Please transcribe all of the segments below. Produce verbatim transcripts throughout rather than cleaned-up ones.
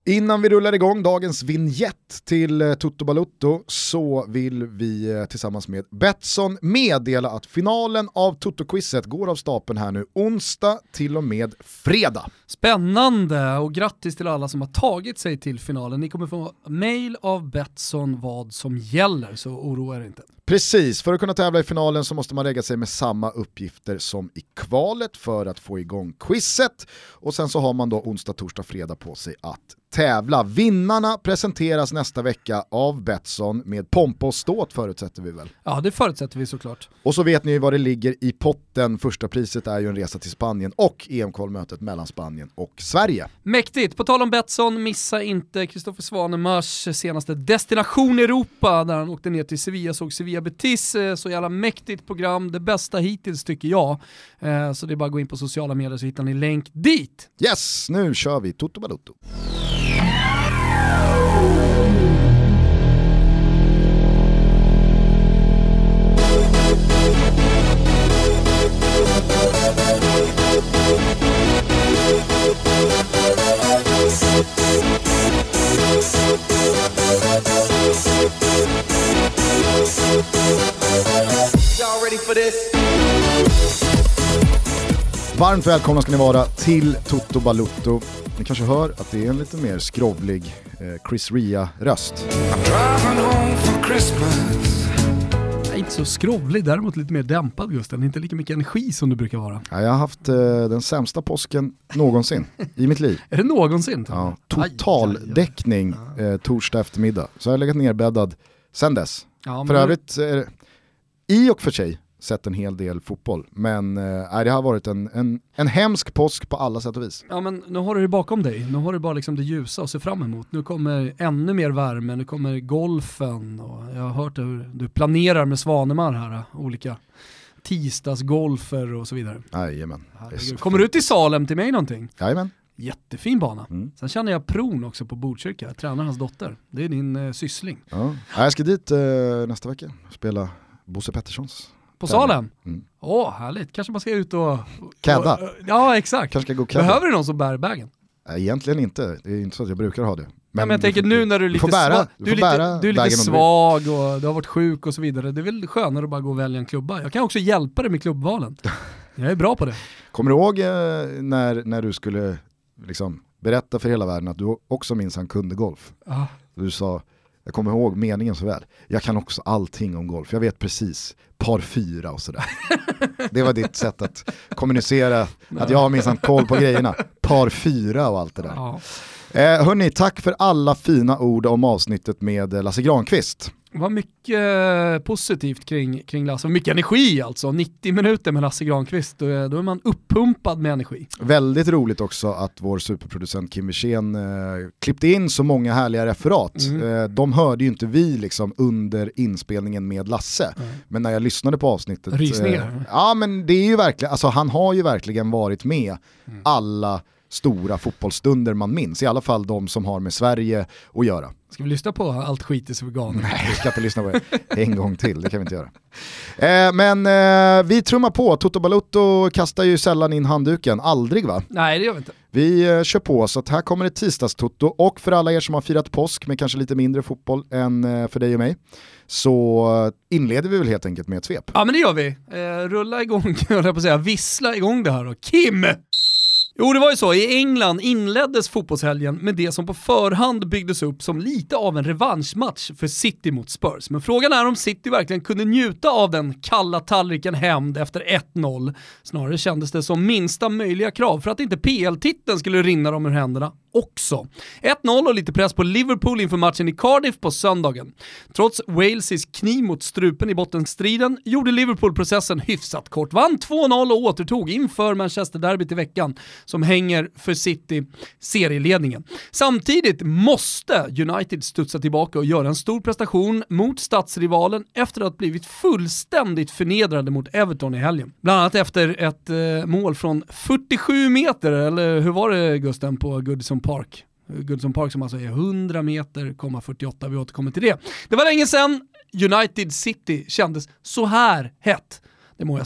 Innan vi rullar igång dagens vignett till Toto Balutto så vill vi tillsammans med Betsson meddela att finalen av Toto-quizet går av stapeln här nu onsdag till och med fredag. Spännande, och grattis till alla som har tagit sig till finalen. Ni kommer få mail av Betsson vad som gäller, så oroa er inte. Precis, för att kunna tävla i finalen så måste man lägga sig med samma uppgifter som i kvalet för att få igång quizet. Och sen så har man då onsdag, torsdag, fredag på sig att tävla. Vinnarna presenteras nästa vecka av Betsson med pompa och ståt, förutsätter vi väl? Ja, det förutsätter vi såklart. Och så vet ni vad det ligger i potten. Första priset är ju en resa till Spanien och E M-kvalmötet mellan Spanien och Sverige. Mäktigt. På tal om Betsson, missa inte Kristoffer Svanemars senaste destination Europa där han åkte ner till Sevilla, såg Sevilla Betis. Så jävla mäktigt program, det bästa hittills tycker jag. Så det är bara att gå in på sociala medier så hittar ni länk dit. Yes, nu kör vi Toto Balutto. Varmt välkomna ska ni vara till Toto Balutto. Ni kanske hör att det är en lite mer skrovlig eh, Chris Ria-röst. Inte så skrovlig, däremot lite mer dämpad, Gusten. Inte lika mycket energi som det brukar vara. Ja, jag har haft eh, den sämsta påsken någonsin i mitt liv. Är det någonsin? Ja, totaldäckning eh, torsdag eftermiddag. Så jag har legat nerbäddad sen dess. Ja, för övrigt, eh, i och för sig, sett en hel del fotboll. Men eh, det har varit en, en, en hemsk påsk på alla sätt och vis. Ja, men nu har du det bakom dig. Nu har du bara liksom det ljusa att se fram emot. Nu kommer ännu mer värme. Nu kommer golfen. Och jag har hört hur du planerar med Svanemar här. Olika tisdagsgolfer och så vidare. Jajamän. Kommer du ut i Salem till mig någonting? Jajamän. Jättefin bana. Mm. Sen känner jag Pron också på Botkyrka. Jag tränar hans dotter. Det är din eh, syssling. Ja. Jag ska dit eh, nästa vecka. Spela Bosse Petterssons. På Salem? Mm. Åh, härligt. Kanske man ska ut och... och Kadda. och, ja, exakt. Kanske ska gå kadda. Behöver du någon som bär bagen? Nej, egentligen inte. Det är inte så att jag brukar ha det. Men, ja, men jag tänker får, nu när du är lite, bära, svag, du är lite, du är lite svag och du har varit sjuk och så vidare. Det är väl skönare att bara gå och välja en klubba. Jag kan också hjälpa dig med klubbvalen. Jag är bra på det. Kommer du ihåg eh, när, när du skulle liksom berätta för hela världen att du också minns han kunde golf? Ah. Du sa, jag kommer ihåg meningen så väl. Jag kan också allting om golf. Jag vet precis par fyra och sådär. Det var ditt sätt att kommunicera att jag har minsann koll på grejerna. Par fyra och allt det där. Ja. Eh, hörni, tack för alla fina ord om avsnittet med Lasse Granqvist. Det var mycket positivt kring, kring Lasse. Mycket energi alltså. nittio minuter med Lasse Granqvist. Då är, då är man uppumpad med energi. Väldigt roligt också att vår superproducent Kim Wirsén eh, klippte in så många härliga referat. Mm. Eh, de hörde ju inte vi liksom under inspelningen med Lasse. Mm. Men när jag lyssnade på avsnittet... Rysningar. Eh, ja, men det är ju verkligen... Alltså han har ju verkligen varit med mm. alla stora fotbollsstunder man minns. I alla fall de som har med Sverige att göra. Ska vi lyssna på allt skit i veganer? Nej, vi ska inte lyssna på det en gång till. Det kan vi inte göra. Eh, men eh, vi trummar på. Toto Balutto kastar ju sällan in handduken. Aldrig, va? Nej, det gör vi inte. Vi eh, kör på. Så att här kommer ett tisdagstotto. Och för alla er som har firat påsk med kanske lite mindre fotboll än eh, för dig och mig, så inleder vi väl helt enkelt med ett svep. Ja, men det gör vi. Eh, rulla igång, jag höll på att säga. Vissla igång det här då. Kim! Jo, det var ju så. I England inleddes fotbollshelgen med det som på förhand byggdes upp som lite av en revanschmatch för City mot Spurs. Men frågan är om City verkligen kunde njuta av den kalla tallriken hämnd efter ett noll. Snarare kändes det som minsta möjliga krav för att inte P L-titeln skulle rinna dem ur händerna också. ett noll och lite press på Liverpool inför matchen i Cardiff på söndagen. Trots Walesis kniv mot strupen i bottenstriden gjorde Liverpool processen hyfsat kort. Vann två noll och återtog inför Manchester-derbyt i veckan som hänger för City serieledningen. Samtidigt måste United studsa tillbaka och göra en stor prestation mot stadsrivalen efter att ha blivit fullständigt förnedrade mot Everton i helgen. Bland annat efter ett eh, mål från fyrtiosju meter, eller hur var det, Gusten, på Goodison Park? Goodison Park som alltså är hundra meter, komma fyrtioåtta, vi återkommer till det. Det var länge sedan United City kändes så här hett, det må jag säga.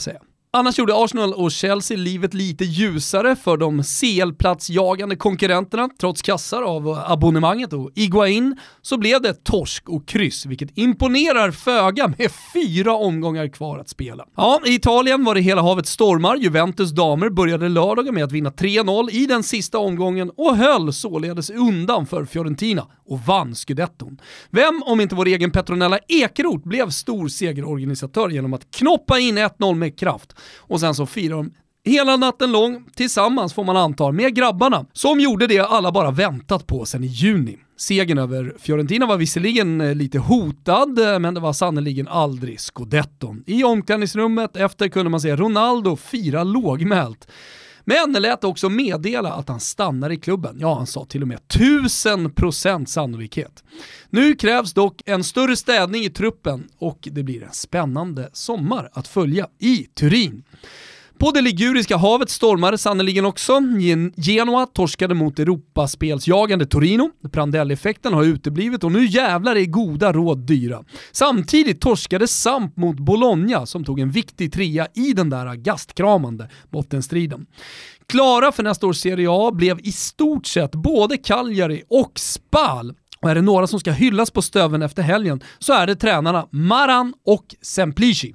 Annars gjorde Arsenal och Chelsea livet lite ljusare för de C L-platsjagande konkurrenterna. Trots kassar av abonnemanget och Higuain så blev det torsk och kryss, vilket imponerar föga med fyra omgångar kvar att spela. Ja, i Italien var det hela havet stormar. Juventus damer började lördagen med att vinna tre noll i den sista omgången och höll således undan för Fiorentina och vann Scudetton. Vem, om inte vår egen Petronella Ekeroth, blev stor segerorganisatör genom att knoppa in ett noll med kraft. Och sen så firar de hela natten lång tillsammans, får man anta, med grabbarna som gjorde det alla bara väntat på sedan i juni. Segern över Fiorentina var visserligen lite hotad, men det var sannoliken aldrig Scudetton. I omklädningsrummet efter kunde man se Ronaldo fira lågmält. Men lät också meddela att han stannar i klubben. Ja, han sa till och med tusen procent sannolikhet. Nu krävs dock en större städning i truppen och det blir en spännande sommar att följa i Turin. På det liguriska havet stormade sannoliken också. Genoa torskade mot Europaspelsjagande Torino. Prandelli-effekten har uteblivit och nu jävlar är goda råd dyra. Samtidigt torskade Samp mot Bologna som tog en viktig trea i den där gastkramande bottenstriden. Klara för nästa års Serie A blev i stort sett både Cagliari och Spal. Och är det några som ska hyllas på stöven efter helgen så är det tränarna Maran och Semplici.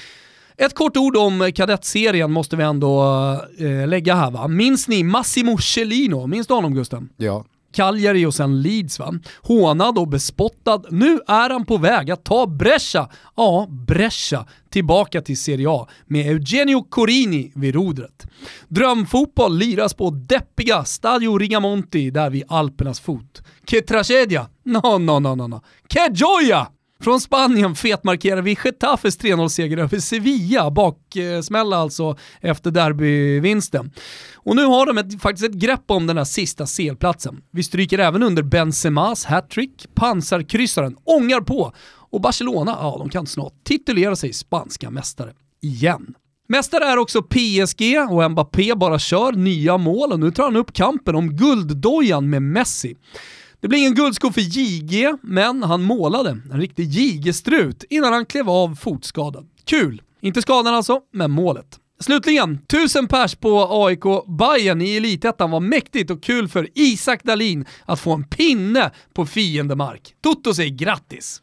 Ett kort ord om kadettserien måste vi ändå eh, lägga här, va? Minns ni Massimo Cellino? Minns du honom, Gusten? Ja. Cagliari och sen Leeds, va? Hånad och bespottad. Nu är han på väg att ta Brescia. Ja, Brescia tillbaka till Serie A med Eugenio Corini vid rodret. Drömfotboll liras på deppiga Stadio Rigamonti där vid Alpernas fot. Que tragedia? No, no, no, no, no. Que gioia! Från Spanien fetmarkerar vi Getafes tre noll-seger över Sevilla, baksmälla alltså efter derbyvinsten. Och nu har de ett, faktiskt ett grepp om den här sista C L-platsen. Vi stryker även under Benzemas hattrick, pansarkryssaren ångar på och Barcelona, ja, de kan snart titulera sig spanska mästare igen. Mästare är också P S G och Mbappé bara kör nya mål och nu tar han upp kampen om gulddojan med Messi. Det blir ingen guldsko för J G, men han målade en riktig J G-strut innan han klev av fotskadan. Kul! Inte skadan alltså, men målet. Slutligen, tusen pers på A I K Bayern i Elitettan var mäktigt och kul för Isak Dahlin att få en pinne på fiendemark. Toto säger grattis!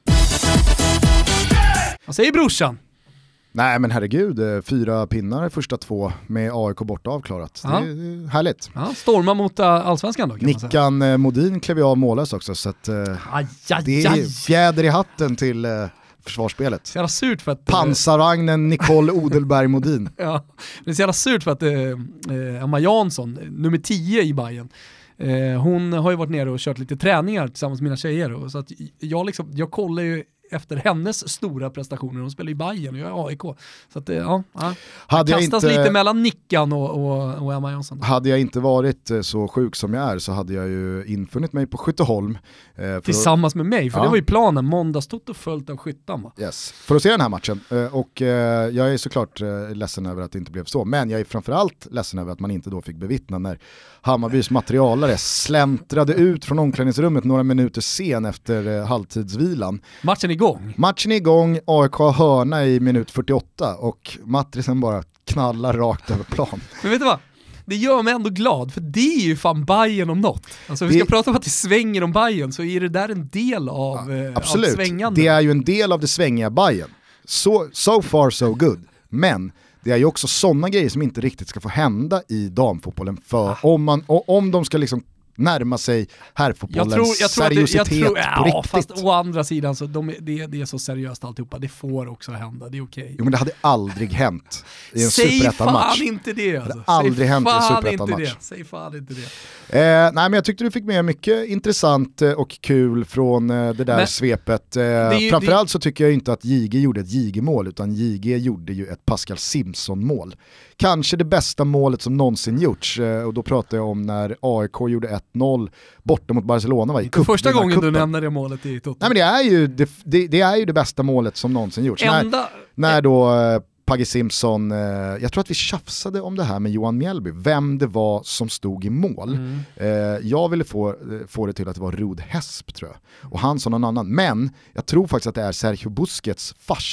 Vad säger brorsan? Nej men herregud, fyra pinnar första två med A I K borta avklarat. Ja. Det är härligt. Ja, storma mot allsvenskan då, kan Nickan man säga. Modin klev ju av mållös också så att, aj, aj, det är fjäder i hatten till uh, försvarsspelet. Så jävla surt för att pansarvagnen Nicole Odelberg Modin. Ja, det är så jävla surt för att uh, Emma Jansson, nummer tio i Bayern, uh, hon har ju varit nere och kört lite träningar tillsammans med mina tjejer och så att jag liksom, jag kollar ju efter hennes stora prestationer. Hon spelar i Bayern och jag är A I K. Så att, ja, ja. Hade jag kastas inte, lite mellan Nickan och, och, och Emma Jansson. Hade jag inte varit så sjuk som jag är så hade jag ju infunnit mig på Skytteholm. Eh, Tillsammans att, med mig, för ja. Det var ju planen. Måndagstotto följt av Skyttan. Va? Yes. För att se den här matchen. Eh, och eh, jag är såklart eh, ledsen över att det inte blev så. Men jag är framförallt ledsen över att man inte då fick bevittna när Hammarbys materialare släntrade ut från omklädningsrummet några minuter sen efter eh, halvtidsvilan. Matchen igång. Matchen är igång, A I K hörna i minut fyrtioåtta och matrisen bara knallar rakt över plan. Men vet du vad? Det gör mig ändå glad, för det är ju fan Bayern om något. Alltså vi ska det... prata om att det svänger om Bayern, så är det där en del av, ja, absolut. Av svängande. Det är ju en del av det svängiga Bayern. So, so far so good. Men det är ju också sådana grejer som inte riktigt ska få hända i damfotbollen för ah. om, man, om de ska liksom närma sig herrfotbollens jag tror, jag tror seriositet det, jag tror, ja, på riktigt. Fast å andra sidan så de, det, det är så seriöst alltihopa. Det får också hända, det är okej. Okay. Jo men det hade aldrig hänt i en superettan-match. Säg fan inte det alltså. Det hade aldrig Säg hänt i en superettan-match. Säg fan inte det. Eh, nej men jag tyckte du fick med mycket intressant och kul från eh, det där men, svepet. Eh, det, framförallt det, så tycker jag inte att J G gjorde ett J G-mål, utan J G gjorde ju ett Pascal Simpson-mål. Kanske det bästa målet som någonsin gjorts, eh, och då pratar jag om när A I K gjorde ett noll borta mot Barcelona. Va, i kupp, första gången kuppen. Du nämner det målet i Tottenham. Nej men det är ju det, det, det är ju det bästa målet som någonsin gjorts. Enda, när, när då eh, Pagge Simpson, eh, jag tror att vi tjafsade om det här med Johan Mjällby, vem det var som stod i mål. Mm. Eh, jag ville få, få det till att det var Rud Hesp tror jag. Och han sa någon annan. Men jag tror faktiskt att det är Sergio Busquets farsa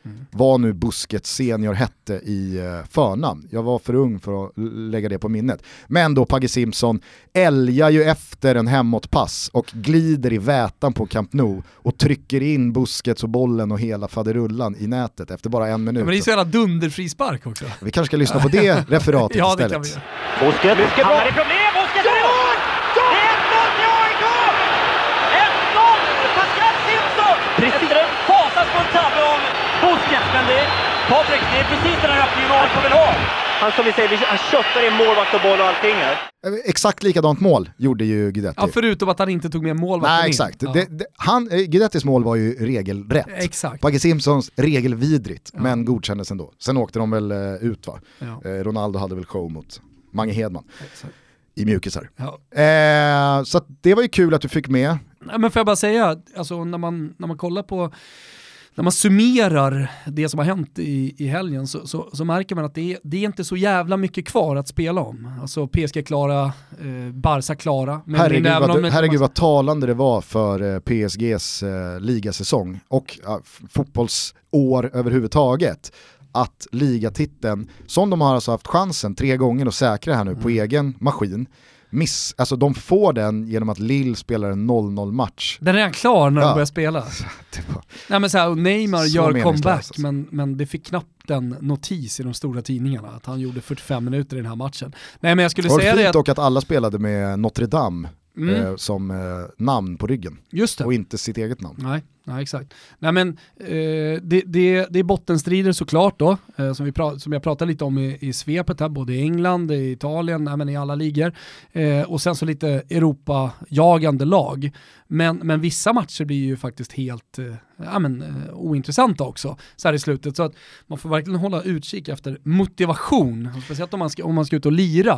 Mm. Vad nu Busquets senior hette i uh, förnamn. Jag var för ung för att lägga det på minnet. Men då Pagge Simpson älgar ju efter en hemåtpass och glider i vätan på Camp Nou och trycker in Busquets och bollen och hela faderullan i nätet efter bara en minut. Ja, men det är så jävla dunderfrispark också. Vi kanske ska lyssna på det referatet ja, istället. Det kan vi. Busquets, mycket bra. Det problem, Busquets är mål! Det är ett noll till A I K! ett noll! Pascal Simpson! Efter en fasansfull tabbe av Busquets, men det är Patrik, det är precis den här öppningen A I K vill ha. Han som vi säger, han köttar in målvakt och boll och allting här. Exakt likadant mål gjorde ju Guidetti. Ja, förutom att han inte tog med målvakten. Nej, exakt. Ja. Det, det, han, Guidettis mål var ju regelrätt. Exakt. Pagge Simpsons regelvidrigt, ja. men godkändes ändå. Sen åkte de väl uh, ut va? Ja. Uh, Ronaldo hade väl show mot Mange Hedman. Exakt. I mjukisar. Ja. Uh, så att det var ju kul att du fick med. Nej, men får jag bara säga, alltså, när, man, när man kollar på när man summerar det som har hänt i, i helgen så, så, så märker man att det är, det är inte så jävla mycket kvar att spela om. Alltså P S G klara, eh, Barca klara. Men herregud även vad, om herregud man... vad talande det var för eh, P S G:s eh, ligasäsong och eh, fotbollsår överhuvudtaget. Att ligatiteln, som de har alltså haft chansen tre gånger att säkra här nu mm. på egen maskin, miss, alltså de får den genom att Lille spelar en noll noll match. Den är redan klar när ja. de börjar spela. Var... Nej, men så här, och Neymar så gör comeback, alltså. men, men det fick knappt en notis i de stora tidningarna att han gjorde fyrtiofem minuter i den här matchen. Nej, men jag skulle var säga det det att... dock att alla spelade med Notre Dame mm. eh, som eh, namn på ryggen. Just det. Och inte sitt eget namn. Nej. Nej, exakt. Nej, men eh, det, det, det är bottenstrider såklart då, eh, som, vi pra- som jag pratade lite om i, i svepet här, både i England, i Italien, nej, men i alla ligor. Eh, och sen så lite Europa-jagande lag. Men, men vissa matcher blir ju faktiskt helt eh, ja, men, eh, ointressanta också så här i slutet. Så att man får verkligen hålla utkik efter motivation, speciellt om man ska, om man ska ut och lira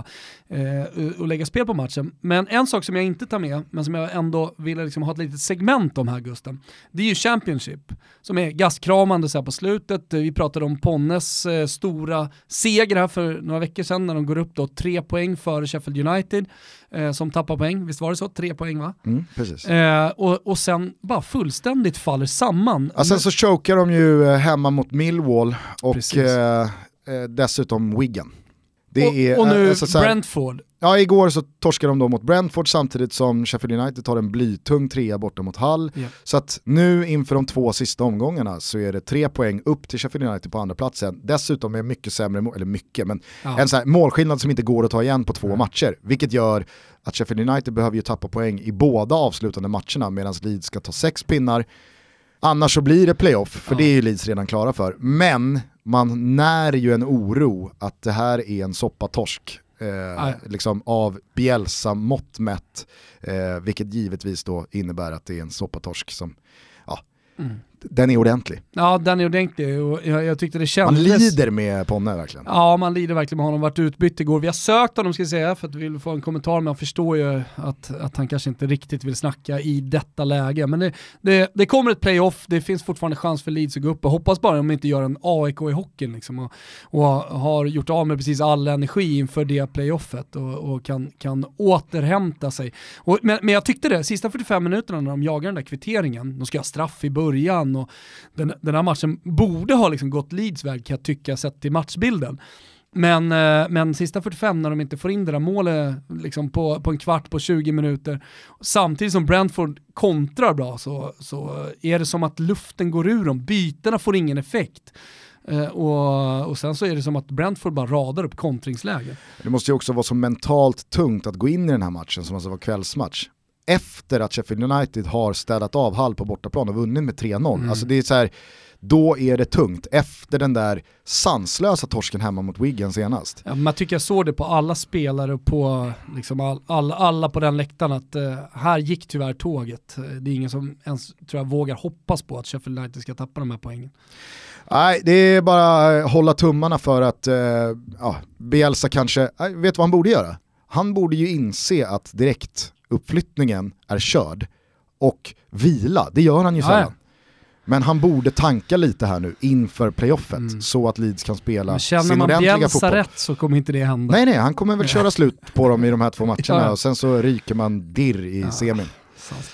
eh, och lägga spel på matchen. Men en sak som jag inte tar med, men som jag ändå vill liksom ha ett litet segment om här, Gusten, det är ju Championship som är gaskramande så här på slutet. Vi pratade om Ponnes eh, stora seger här för några veckor sedan när de går upp då tre poäng för Sheffield United eh, som tappar poäng. Visst var det så? Tre poäng va? Mm, precis. Eh, och, och sen bara fullständigt faller samman. Ja, sen så chokar de ju hemma mot Millwall och eh, eh, dessutom Wigan. Det och, är, och nu alltså, så här, Brentford. Ja, igår så torskade de då mot Brentford samtidigt som Sheffield United tar en blytung trea borta mot Hull. Yeah. Så att nu inför de två sista omgångarna så är det tre poäng upp till Sheffield United på andra platsen. Dessutom med mycket sämre, eller mycket, men ja. en så här målskillnad som inte går att ta igen på två mm. matcher. Vilket gör att Sheffield United behöver ju tappa poäng i båda avslutande matcherna medan Leeds ska ta sex pinnar. Annars så blir det playoff, för ja. det är ju Leeds redan klara för. Men man när ju en oro att det här är en soppatorsk. Eh, liksom av Bielsa mått mätt, eh, vilket givetvis då innebär att det är en soppatorsk som ja, mm. den är ordentlig. Ja, den är ordentlig och jag, jag tyckte det kändes... Man lider med Ponne verkligen. Ja, man lider verkligen med honom. Varit utbytt igår. Vi har sökt honom ska jag säga för att vi vill få en kommentar, men jag förstår ju att, att han kanske inte riktigt vill snacka i detta läge. Men det, det, det kommer ett playoff. Det finns fortfarande chans för Leeds att gå upp och hoppas bara om de inte gör en A I K i hockeyn liksom, och, och har gjort av med precis all energi inför det playoffet och, och kan, kan återhämta sig. Och, men, men jag tyckte det, sista fyrtiofem minuterna när de jagar den där kvitteringen, de ska ha straff i början och den, den här matchen borde ha liksom gått Leeds väg kan jag tycka sett till matchbilden. Men, men sista fyrtiofem när de inte får in det där målet liksom på, på en kvart på tjugo minuter samtidigt som Brentford kontrar bra så, så är det som att luften går ur dem. Byterna får ingen effekt. Uh, och, och sen så är det som att Brentford bara radar upp kontringsläge. Det måste ju också vara så mentalt tungt att gå in i den här matchen som alltså var kvällsmatch. Efter att Sheffield United har städat av Hull på bortaplan och vunnit med tre noll. Mm. Alltså det är så här, då är det tungt. Efter den där sanslösa torsken hemma mot Wigan senast. Ja, man tycker jag såg det på alla spelare och på liksom all, all, alla på den läktaren att uh, här gick tyvärr tåget. Det är ingen som ens tror jag vågar hoppas på att Sheffield United ska tappa de här poängen. Nej, det är bara att hålla tummarna för att uh, ja, Bielsa kanske, äh, vet vad han borde göra? Han borde ju inse att direkt uppflyttningen är körd och vila, det gör han ju sällan. Ja, ja. Men han borde tanka lite här nu inför playoffet mm. så att Leeds kan spela sin ordentliga fotboll. Känner man Bielsa rätt så kommer inte det hända. Nej, nej, han kommer väl köra slut på dem i de här två matcherna ja. och sen så ryker man dirr i ja. semin. Sanslöst.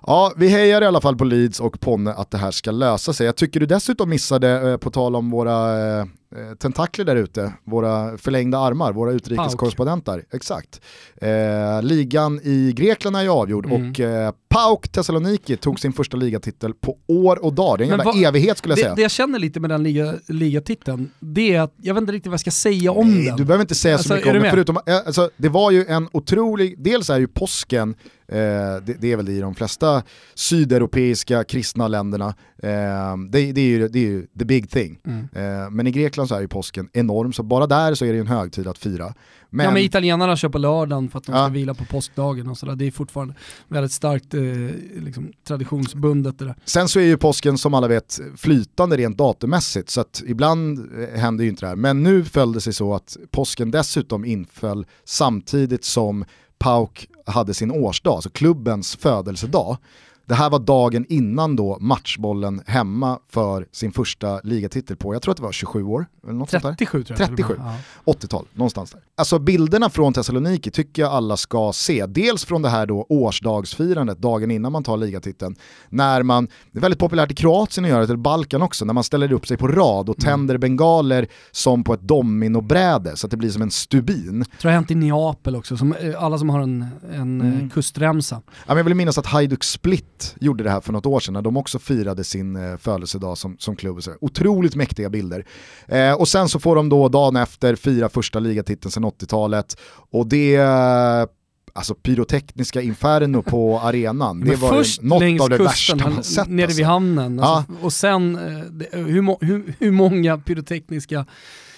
Ja, vi hejar i alla fall på Leeds och Ponne att det här ska lösa sig. Jag tycker du dessutom missade, eh, på tal om våra eh, tentakler där ute, våra förlängda armar, våra utrikeskorrespondenter. Exakt. Eh, ligan i Grekland är ju avgjord mm. och eh, PAOK Thessaloniki tog sin första ligatitel på år och dag. Det är en jävla vad, evighet skulle jag det, säga. Det jag känner lite med den liga, ligatiteln, det är att jag vet inte riktigt vad jag ska säga om Nej, den. Du behöver inte säga alltså, så mycket om den, förutom alltså, det var ju en otrolig, dels är ju påsken, eh, det, det är väl i de flesta sydeuropeiska kristna länderna, eh, det, det, är ju, det är ju the big thing. Mm. Eh, men i Grekland så är ju påsken enorm, så bara där så är det ju en högtid att fira. Men, ja, men italienarna köper lördagen för att de ska ja. vila på påskdagen och sådär. Det är fortfarande väldigt starkt eh, liksom, traditionsbundet det där. Sen så är ju påsken som alla vet flytande rent datummässigt, så att ibland händer ju inte det här. Men nu föll det sig så att påsken dessutom inföll samtidigt som PAOK hade sin årsdag, alltså klubbens födelsedag. Det här var dagen innan då matchbollen hemma för sin första ligatitel på, jag tror att det var tjugosju år. Eller något trettiosju sånt där. tror jag. trettiosju, ja. åttiotal, någonstans där. Alltså bilderna från Thessaloniki tycker jag alla ska se. Dels från det här då årsdagsfirandet dagen innan man tar ligatiteln. När man, det är väldigt populärt i Kroatien att göra det, till Balkan också, när man ställer upp sig på rad och tänder mm. bengaler som på ett dominobräde så att det blir som en stubin. Jag tror det har hänt i Neapel också, som, alla som har en, en mm. kustremsa. Ja, men jag vill minnas att Hajduk Split gjorde det här för något år sedan när de också firade sin eh, födelsedag som, som klubb. Så otroligt mäktiga bilder. Eh, och sen så får de då dagen efter fira första ligatiteln sedan åttiotalet och det eh, alltså pyrotekniska inferno på arenan. Det var först något längs av det kusten, värsta man sett. Nere alltså. vid hamnen. Alltså, ja. Och sen eh, det, hur, må, hur, hur många pyrotekniska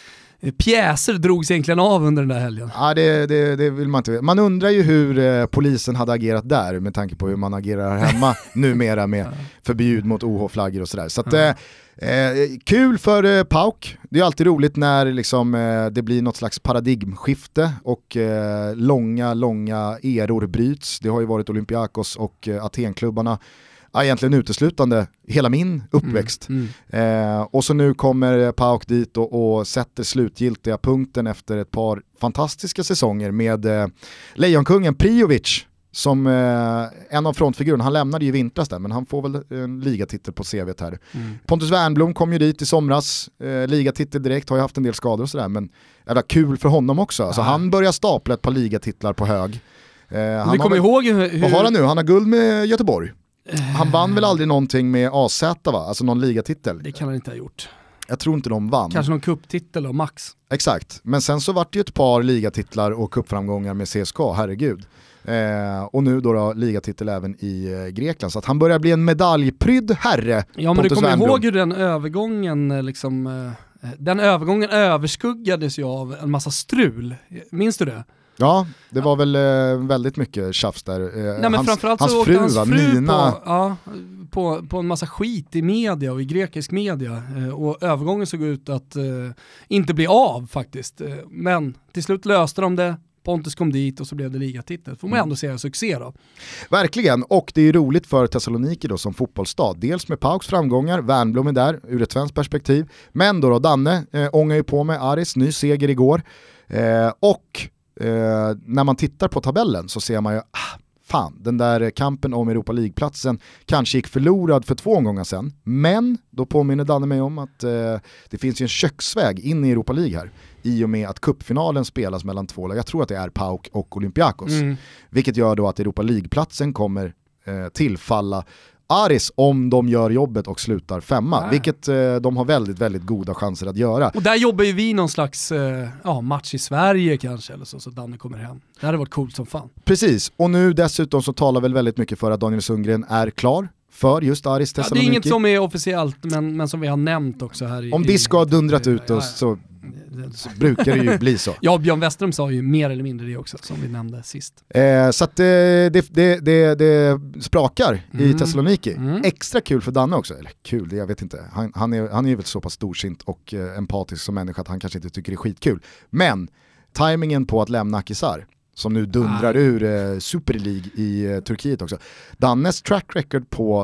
pjäser drogs egentligen av under den där helgen? Ja, det, det, det vill man inte veta. Man undrar ju hur eh, polisen hade agerat där med tanke på hur man agerar här hemma numera med förbud mot O H-flaggor och sådär. Så att, eh, eh, kul för eh, PAOK. Det är alltid roligt när liksom, eh, det blir något slags paradigmskifte och eh, långa, långa eror bryts. Det har ju varit Olympiakos och eh, Atenklubbarna. Ja, egentligen uteslutande hela min uppväxt. Mm, mm. Eh, och så nu kommer PAOK dit och, och sätter slutgiltiga punkten efter ett par fantastiska säsonger med eh, Lejonkungen Prijovic som eh, en av frontfigurerna. Han lämnade ju vintras där, men han får väl en ligatitel på C V:t här. Mm. Pontus Wernbloom kom ju dit i somras, eh, ligatitel direkt, har ju haft en del skador och sådär, men jävla kul för honom också. Alltså, han börjar stapla ett par ligatitlar på hög. Eh, han Vi kommer väl, ihåg hur... Vad har han nu? Han har guld med Göteborg. Han vann väl aldrig någonting med A Z, va? Alltså någon ligatitel. Det kan han inte ha gjort. Jag tror inte de vann. Kanske någon cuptitel och max. Exakt, men sen så vart det ju ett par ligatitlar och cupframgångar med C S K, herregud. Eh, och nu då, då ligatitel även i eh, Grekland. Så att han börjar bli en medaljprydd herre. Ja, men du kommer ihåg hur den övergången liksom, eh, den övergången överskuggades ju av en massa strul. Minns du det? Ja, det var väl eh, väldigt mycket tjafs där. Eh, Nej, men hans, framförallt hans så fru, hans va? fru Nina... på, ja, på, på en massa skit i media och i grekisk media. Eh, och övergången såg ut att eh, inte bli av faktiskt. Eh, men till slut löste de det. Pontus kom dit och så blev det ligatitel. Får man ändå säga succé då. Verkligen, och det är roligt för Thessaloniki då som fotbollsstad. Dels med PAOKs framgångar, Wernbloom är där ur ett svenskt perspektiv. Men då, då Danne eh, ångar ju på med Aris, ny seger igår. Eh, och eh, när man tittar på tabellen så ser man ju, ah, fan, den där kampen om Europa League-platsen kanske gick förlorad för två omgångar sedan. Men då påminner Danne mig om att eh, det finns ju en köksväg in i Europa League här. I och med att cupfinalen spelas mellan två lag. Jag tror att det är PAOK och Olympiakos. Mm. Vilket gör då att Europa League-platsen kommer eh, tillfalla Aris om de gör jobbet och slutar femma. Nej. Vilket eh, de har väldigt, väldigt goda chanser att göra. Och där jobbar ju vi någon slags eh, ja, match i Sverige kanske, eller så, så Danne kommer hem. Det hade varit coolt som fan. Precis, och nu dessutom så talar väl väldigt mycket för att Daniel Sundgren är klar för just Aris Thessaloniki. Ja, det är inget som är officiellt, men, men som vi har nämnt också här. I, om Disco har dundrat i, ut oss ja, ja. så, så brukar det ju bli så. Ja, Björn Westerholm sa ju mer eller mindre det också, som vi nämnde sist. Eh, så att eh, det, det, det, det sprakar mm. i Thessaloniki. Mm. Extra kul för Danne också. Eller kul, det jag vet inte. Han, han, är, han är ju väl så pass storsint och eh, empatisk som människa att han kanske inte tycker det är skitkul. Men tajmingen på att lämna Akhisar, som nu dundrar ah. ur eh, Super League i eh, Turkiet också. Dannes track record på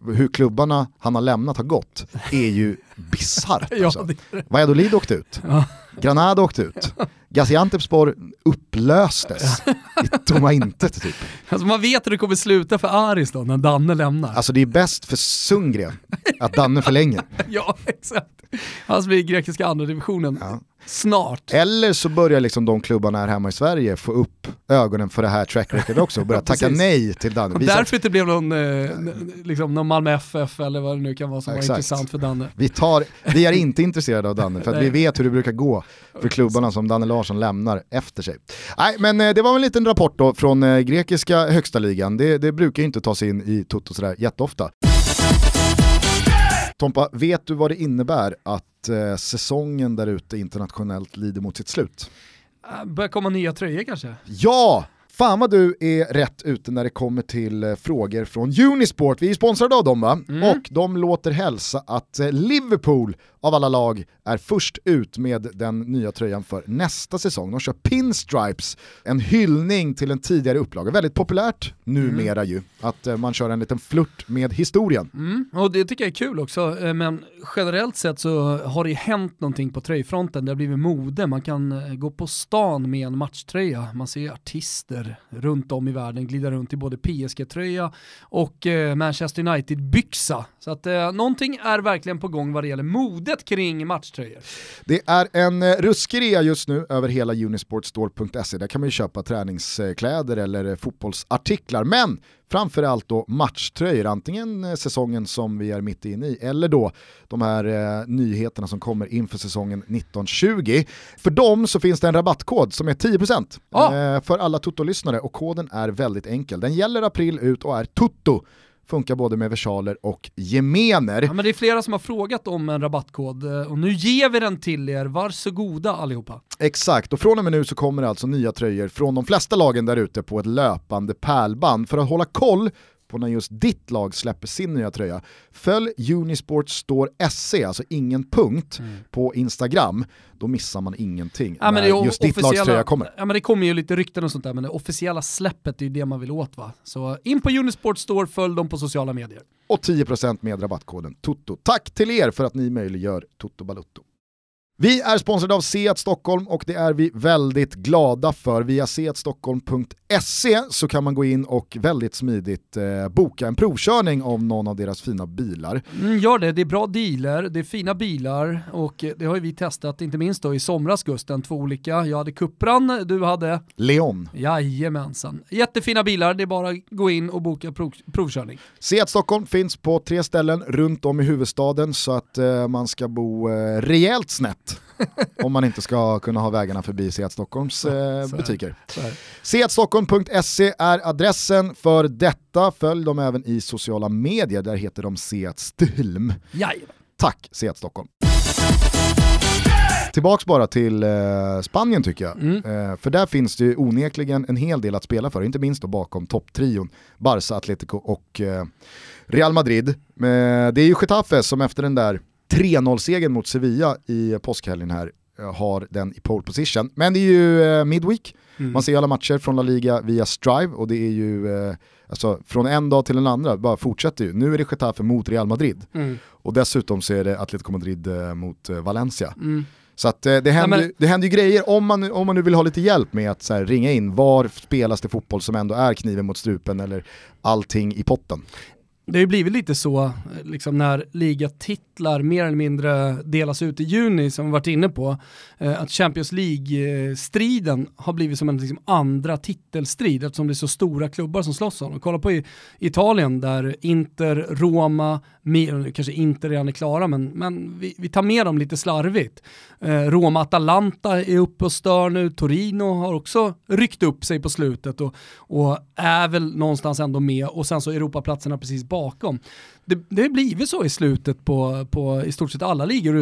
hur klubbarna han har lämnat har gått är ju bisarrt. Ja, Alltså. det- Valladolid åkte ut. Ja. Granada åkte ut. Gaziantepspor upplöstes i tomma intet typ. Alltså man vet hur det kommer sluta för Aris då när Danne lämnar. Alltså det är bäst för Sundgren att Danne förlänger. Ja, exakt. Han blir i grekiska andra divisionen Ja. snart. Eller så börjar liksom de klubbarna här hemma i Sverige få upp ögonen för det här track record också och börja tacka Precis. nej till Danne. Och Vi, därför det blev någon, eh, liksom någon Malmö F F eller vad det nu kan vara som Exakt. var intressant för Danne. vi, tar, vi är inte intresserade av Danne för att vi Nej. vet hur det brukar gå för klubbarna som Danne Larsson lämnar efter sig. Nej, men eh, det var en liten rapport då från eh, grekiska högsta ligan. Det, det brukar ju inte ta sig in i Toto sådär jätteofta. Tompa, vet du vad det innebär att eh, säsongen där ute internationellt lider mot sitt slut? Äh, Börjar komma nya tröjor kanske? Ja! Fan vad du är rätt ute när det kommer till eh, frågor från Unisport. Vi är sponsrade av dem va? Mm. Och de låter hälsa att eh, Liverpool av alla lag är först ut med den nya tröjan för nästa säsong. De kör pinstripes, en hyllning till en tidigare upplaga. Väldigt populärt numera ju, att eh, man kör en liten flört med historien. Mm. Och det tycker jag är kul också, eh, men generellt sett så har det hänt någonting på tröjfronten. Det har blivit mode, man kan eh, gå på stan med en matchtröja. Man ser artister runt om i världen glida runt i både P S G-tröja och eh, Manchester United-byxa. Så att eh, någonting är verkligen på gång vad det gäller modet kring matchtröjor. Det är en eh, ruskig rea just nu över hela unisportstore punkt se. Där kan man ju köpa träningskläder eller eh, fotbollsartiklar. Men framförallt då matchtröjor, antingen eh, säsongen som vi är mitt inne i eller då de här eh, nyheterna som kommer inför säsongen nitton tjugo. För dem så finns det en rabattkod som är tio procent Ah. eh, för alla Toto-lyssnare och koden är väldigt enkel. Den gäller april ut och är Toto. Funkar både med versaler och gemener. Ja, men det är flera som har frågat om en rabattkod eh, och nu ger vi den till er. Varsågoda allihopa. Exakt, och från och med nu så kommer alltså nya tröjor från de flesta lagen där ute på ett löpande pärlband. För att hålla koll på när just ditt lag släpper sin nya tröja, följ Unisport Store punkt se, alltså ingen punkt, mm. på Instagram. Då missar man ingenting ja, men när just ditt lags tröja kommer. Ja, men det kommer ju lite rykten och sånt där, men det officiella släppet är ju det man vill åt va. Så in på Unisport Store, följ dem på sociala medier. Och tio procent med rabattkoden TOTO. Tack till er för att ni möjliggör Toto Balutto. Vi är sponsrade av Seat Stockholm och det är vi väldigt glada för. Via seat stockholm punkt se så kan man gå in och väldigt smidigt eh, boka en provkörning av någon av deras fina bilar. Mm, gör det, det är bra dealer, det är fina bilar och det har ju vi testat, inte minst då i somras Gusten, två olika. Jag hade Cupran, du hade Leon. Jajamensan. Jättefina bilar, det är bara att gå in och boka prov, provkörning. Seat Stockholm finns på tre ställen runt om i huvudstaden så att eh, man ska bo eh, rejält snett om man inte ska kunna ha vägarna förbi Seat Stockholms eh, butiker. seat stockholm punkt se är adressen för detta. Följ dem även i sociala medier, där heter de Seat Stilm. Jajamän. Tack Seat Stockholm. Tillbaks bara till eh, Spanien tycker jag. Mm. Eh, för där finns det ju onekligen en hel del att spela för, inte minst då bakom topptrion Barça, Atletico och eh, Real Madrid. Men det är ju Getafe som efter den där tre noll-segern mot Sevilla i påskhelgen här har den i pole position. Men det är ju eh, midweek. Mm. Man ser alla matcher från La Liga via Strive och det är ju eh, alltså, från en dag till en andra bara fortsätter ju. Nu är det Getafe mot Real Madrid. Mm. Och dessutom så är det Atletico Madrid eh, mot eh, Valencia. Mm. Så att eh, det, händer, ja, men... det händer ju grejer om man, om man nu vill ha lite hjälp med att så här, ringa in var spelas det fotboll som ändå är kniven mot strupen eller allting i potten. Det har ju blivit lite så liksom, när ligatitlar mer eller mindre delas ut i juni som vi varit inne på, eh, att Champions League-striden har blivit som en liksom, andra titelstrid eftersom det är så stora klubbar som slåss om. Och kolla på i Italien där Inter, Roma, mer, kanske inte redan är klara men, men vi, vi tar med dem lite slarvigt. Eh, Roma, Atalanta är uppe och stör nu, Torino har också ryckt upp sig på slutet och, och är väl någonstans ändå med och sen så Europaplatserna precis bakom. Det, det blir så i slutet på, på i stort sett alla ligor utom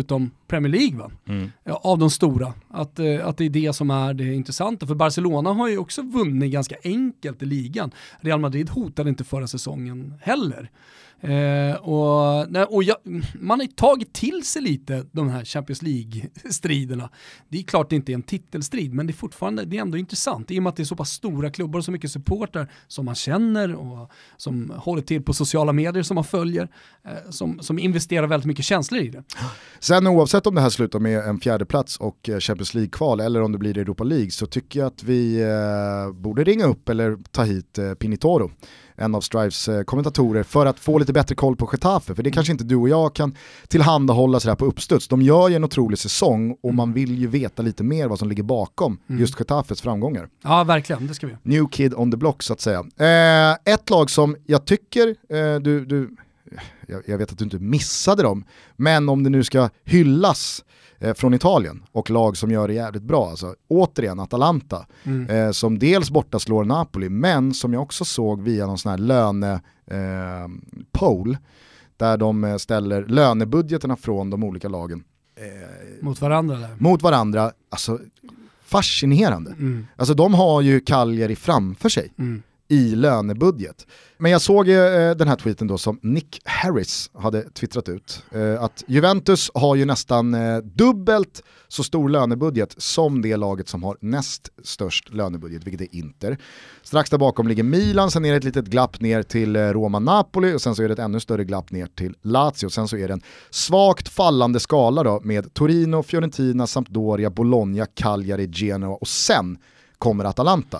Premier League, va? Mm. Ja, av de stora. Att, eh, att det är det som är det intressanta. För Barcelona har ju också vunnit ganska enkelt i ligan. Real Madrid hotade inte förra säsongen heller. Eh, och, nej, och jag, man har ju tagit till sig lite de här Champions League-striderna. Det är klart det inte är en titelstrid, men det är fortfarande, det är ändå intressant i och med att det är så pass stora klubbar och så mycket supportrar som man känner och som håller till på sociala medier som man följer, eh, som, som investerar väldigt mycket känslor i det. Sen oavsett om det här slutar med en fjärde plats och Champions League-kval eller om det blir Europa League, så tycker jag att vi eh, borde ringa upp eller ta hit eh, Pinitoro, en av Strives eh, kommentatorer, för att få lite bättre koll på Getafe, för det kanske inte du och jag kan tillhandahålla sådär på uppstuds. De gör ju en otrolig säsong och man vill ju veta lite mer vad som ligger bakom mm. just Getafes framgångar. Ja, verkligen, det ska vi. New kid on the block, så att säga. Eh, ett lag som jag tycker, eh, du, du, jag, jag vet att du inte missade dem, men om det nu ska hyllas från Italien och lag som gör det jävligt bra, alltså återigen Atalanta mm. eh, som dels borta slår Napoli, men som jag också såg via någon sån här löne eh, poll där de ställer lönebudgeterna från de olika lagen eh, mot varandra eller? mot varandra, alltså fascinerande. Mm. Alltså de har ju Cagliari framför sig mm. i lönebudget. Men jag såg eh, den här tweeten då som Nick Harris hade twittrat ut. Eh, att Juventus har ju nästan eh, dubbelt så stor lönebudget som det laget som har näst störst lönebudget, vilket är Inter. Strax där bakom ligger Milan, sen är det ett litet glapp ner till eh, Roma-Napoli och sen så är det ett ännu större glapp ner till Lazio. Sen så är det en svagt fallande skala då med Torino, Fiorentina, Sampdoria, Bologna, Cagliari, Genoa och sen kommer Atalanta.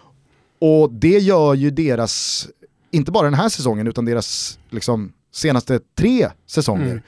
Och det gör ju deras, inte bara den här säsongen utan deras liksom senaste tre säsonger.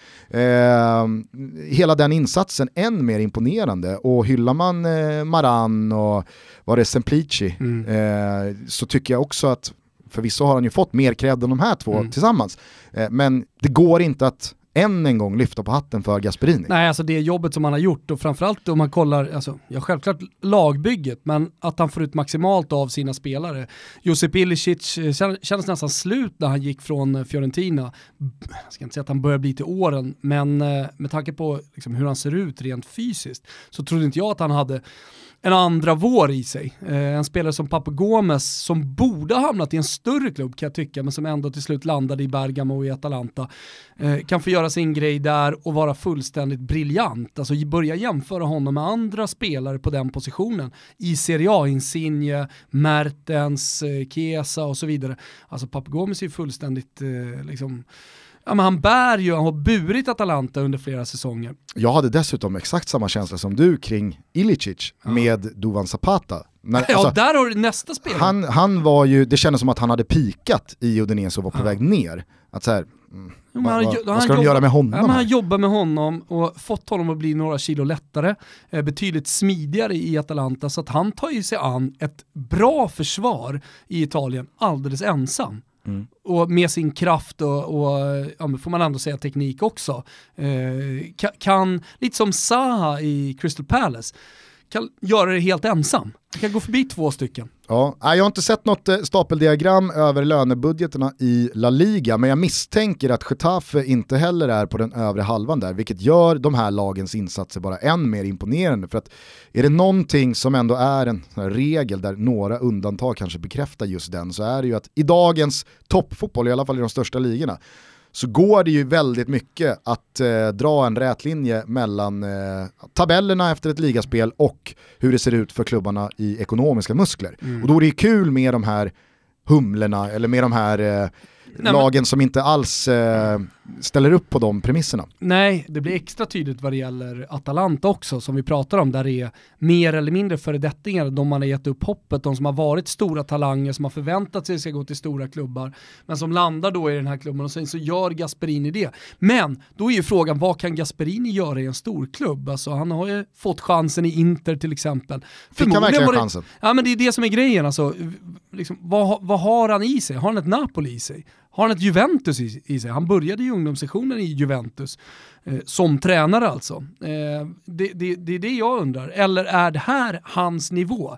Mm. Eh, hela den insatsen än mer imponerande. Och hyllar man eh, Maran och var det Semplici mm. eh, så tycker jag också att förvisso har han ju fått mer cred än de här två mm. tillsammans. Eh, men det går inte att än en gång lyfta på hatten för Gasperini. Nej, alltså det jobbet som han har gjort och framförallt om man kollar, alltså, ja självklart lagbygget, men att han får ut maximalt av sina spelare. Josip Ilicic kändes nästan slut när han gick från Fiorentina. Jag ska inte säga att han börjar bli till åren, men med tanke på liksom hur han ser ut rent fysiskt så trodde inte jag att han hade en andra vår i sig. Eh, en spelare som Papu Gomes som borde ha hamnat i en större klubb kan jag tycka, men som ändå till slut landade i Bergamo och i Atalanta. Eh, kan få göra sin grej där och vara fullständigt briljant. Alltså börja jämföra honom med andra spelare på den positionen. I Serie A, Insigne, Mertens, eh, Chiesa och så vidare. Alltså Papu Gomes är ju fullständigt eh, liksom... Ja, men han bär ju, han har burit Atalanta under flera säsonger. Jag hade dessutom exakt samma känsla som du kring Ilicic ja. med Duvan Zapata. När, ja, alltså, där har du nästa spelare. Han, han var ju, det kändes som att han hade pikat i Udinese och var på ja. väg ner. Att så här, mm, jo, vad, han, vad, vad ska de jobba, göra med honom? Ja, men han jobbar med honom och fått honom att bli några kilo lättare, eh, betydligt smidigare i Atalanta, så att han tar ju sig an ett bra försvar i Italien alldeles ensam. Mm. Och med sin kraft och, och ja, får man ändå säga teknik också eh, kan, kan, lite som Zaha i Crystal Palace, kan göra det helt ensam. Kan gå förbi två stycken. Ja, jag har inte sett något stapeldiagram över lönebudgeterna i La Liga, men jag misstänker att Getafe inte heller är på den övre halvan där, vilket gör de här lagens insatser bara än mer imponerande. För att är det någonting som ändå är en regel där några undantag kanske bekräftar just den, så är det ju att i dagens toppfotboll, i alla fall i de största ligorna, så går det ju väldigt mycket att eh, dra en rät linje mellan eh, tabellerna efter ett ligaspel och hur det ser ut för klubbarna i ekonomiska muskler. Mm. Och då är det ju kul med de här humlerna eller med de här eh, Nej, lagen men... som inte alls eh, ställer upp på de premisserna. Nej, det blir extra tydligt vad det gäller Atalanta också, som vi pratar om, där det är mer eller mindre föredettingar, de man har gett upp hoppet, de som har varit stora talanger, som har förväntat sig att ska gå till stora klubbar, men som landar då i den här klubben och sen så gör Gasperini det. Men då är ju frågan, vad kan Gasperini göra i en stor klubb? Alltså han har ju fått chansen i Inter till exempel. Fick han verkligen chansen? Ja, men det är det som är grejen. Alltså, liksom, vad, vad har han i sig? Har han ett Napoli i sig? Har han ett Juventus i, i sig? Han började i ungdomssektionen i Juventus eh, som tränare alltså. Eh, det, det, det är det jag undrar. Eller är det här hans nivå?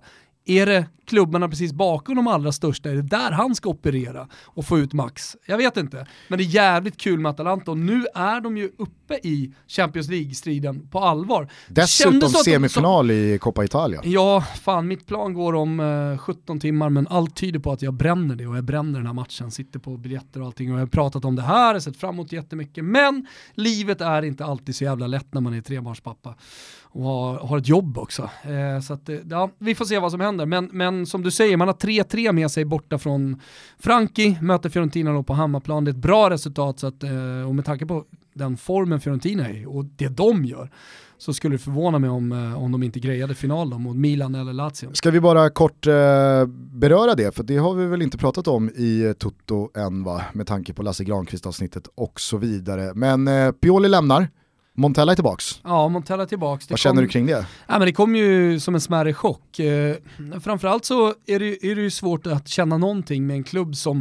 är det klubbarna precis bakom de allra största? Är det där han ska operera och få ut max? Jag vet inte. Men det är jävligt kul med Atalanta och nu är de ju uppe i Champions League-striden på allvar. Dessutom semifinal de, i Coppa Italia. Ja, fan mitt plan går om uh, sjutton timmar men allt tyder på att jag bränner det och jag bränner den här matchen. Sitter på biljetter och allting och jag har pratat om det här, jag har sett fram emot jättemycket. Men livet är inte alltid så jävla lätt när man är trebarnspappa och har, har ett jobb också. Eh, så att, ja, vi får se vad som händer. Men, men som du säger, man har tre tre med sig borta från Frankie, möter Fiorentina då på hemmaplan. Det är ett bra resultat så att, eh, och med tanke på den formen Fiorentina är och det de gör så skulle det förvåna mig om, eh, om de inte grejade final då, mot Milan eller Lazio. Ska vi bara kort eh, beröra det, för det har vi väl inte pratat om i eh, Toto än va, med tanke på Lasse Granqvist-avsnittet och så vidare. Men eh, Pioli lämnar. Montella är tillbaks. Ja, Montella är tillbaks. Det Vad kom, känner du kring det? Ja, men det kom ju som en smärre chock. Eh, framförallt så är det, är det ju svårt att känna någonting med en klubb som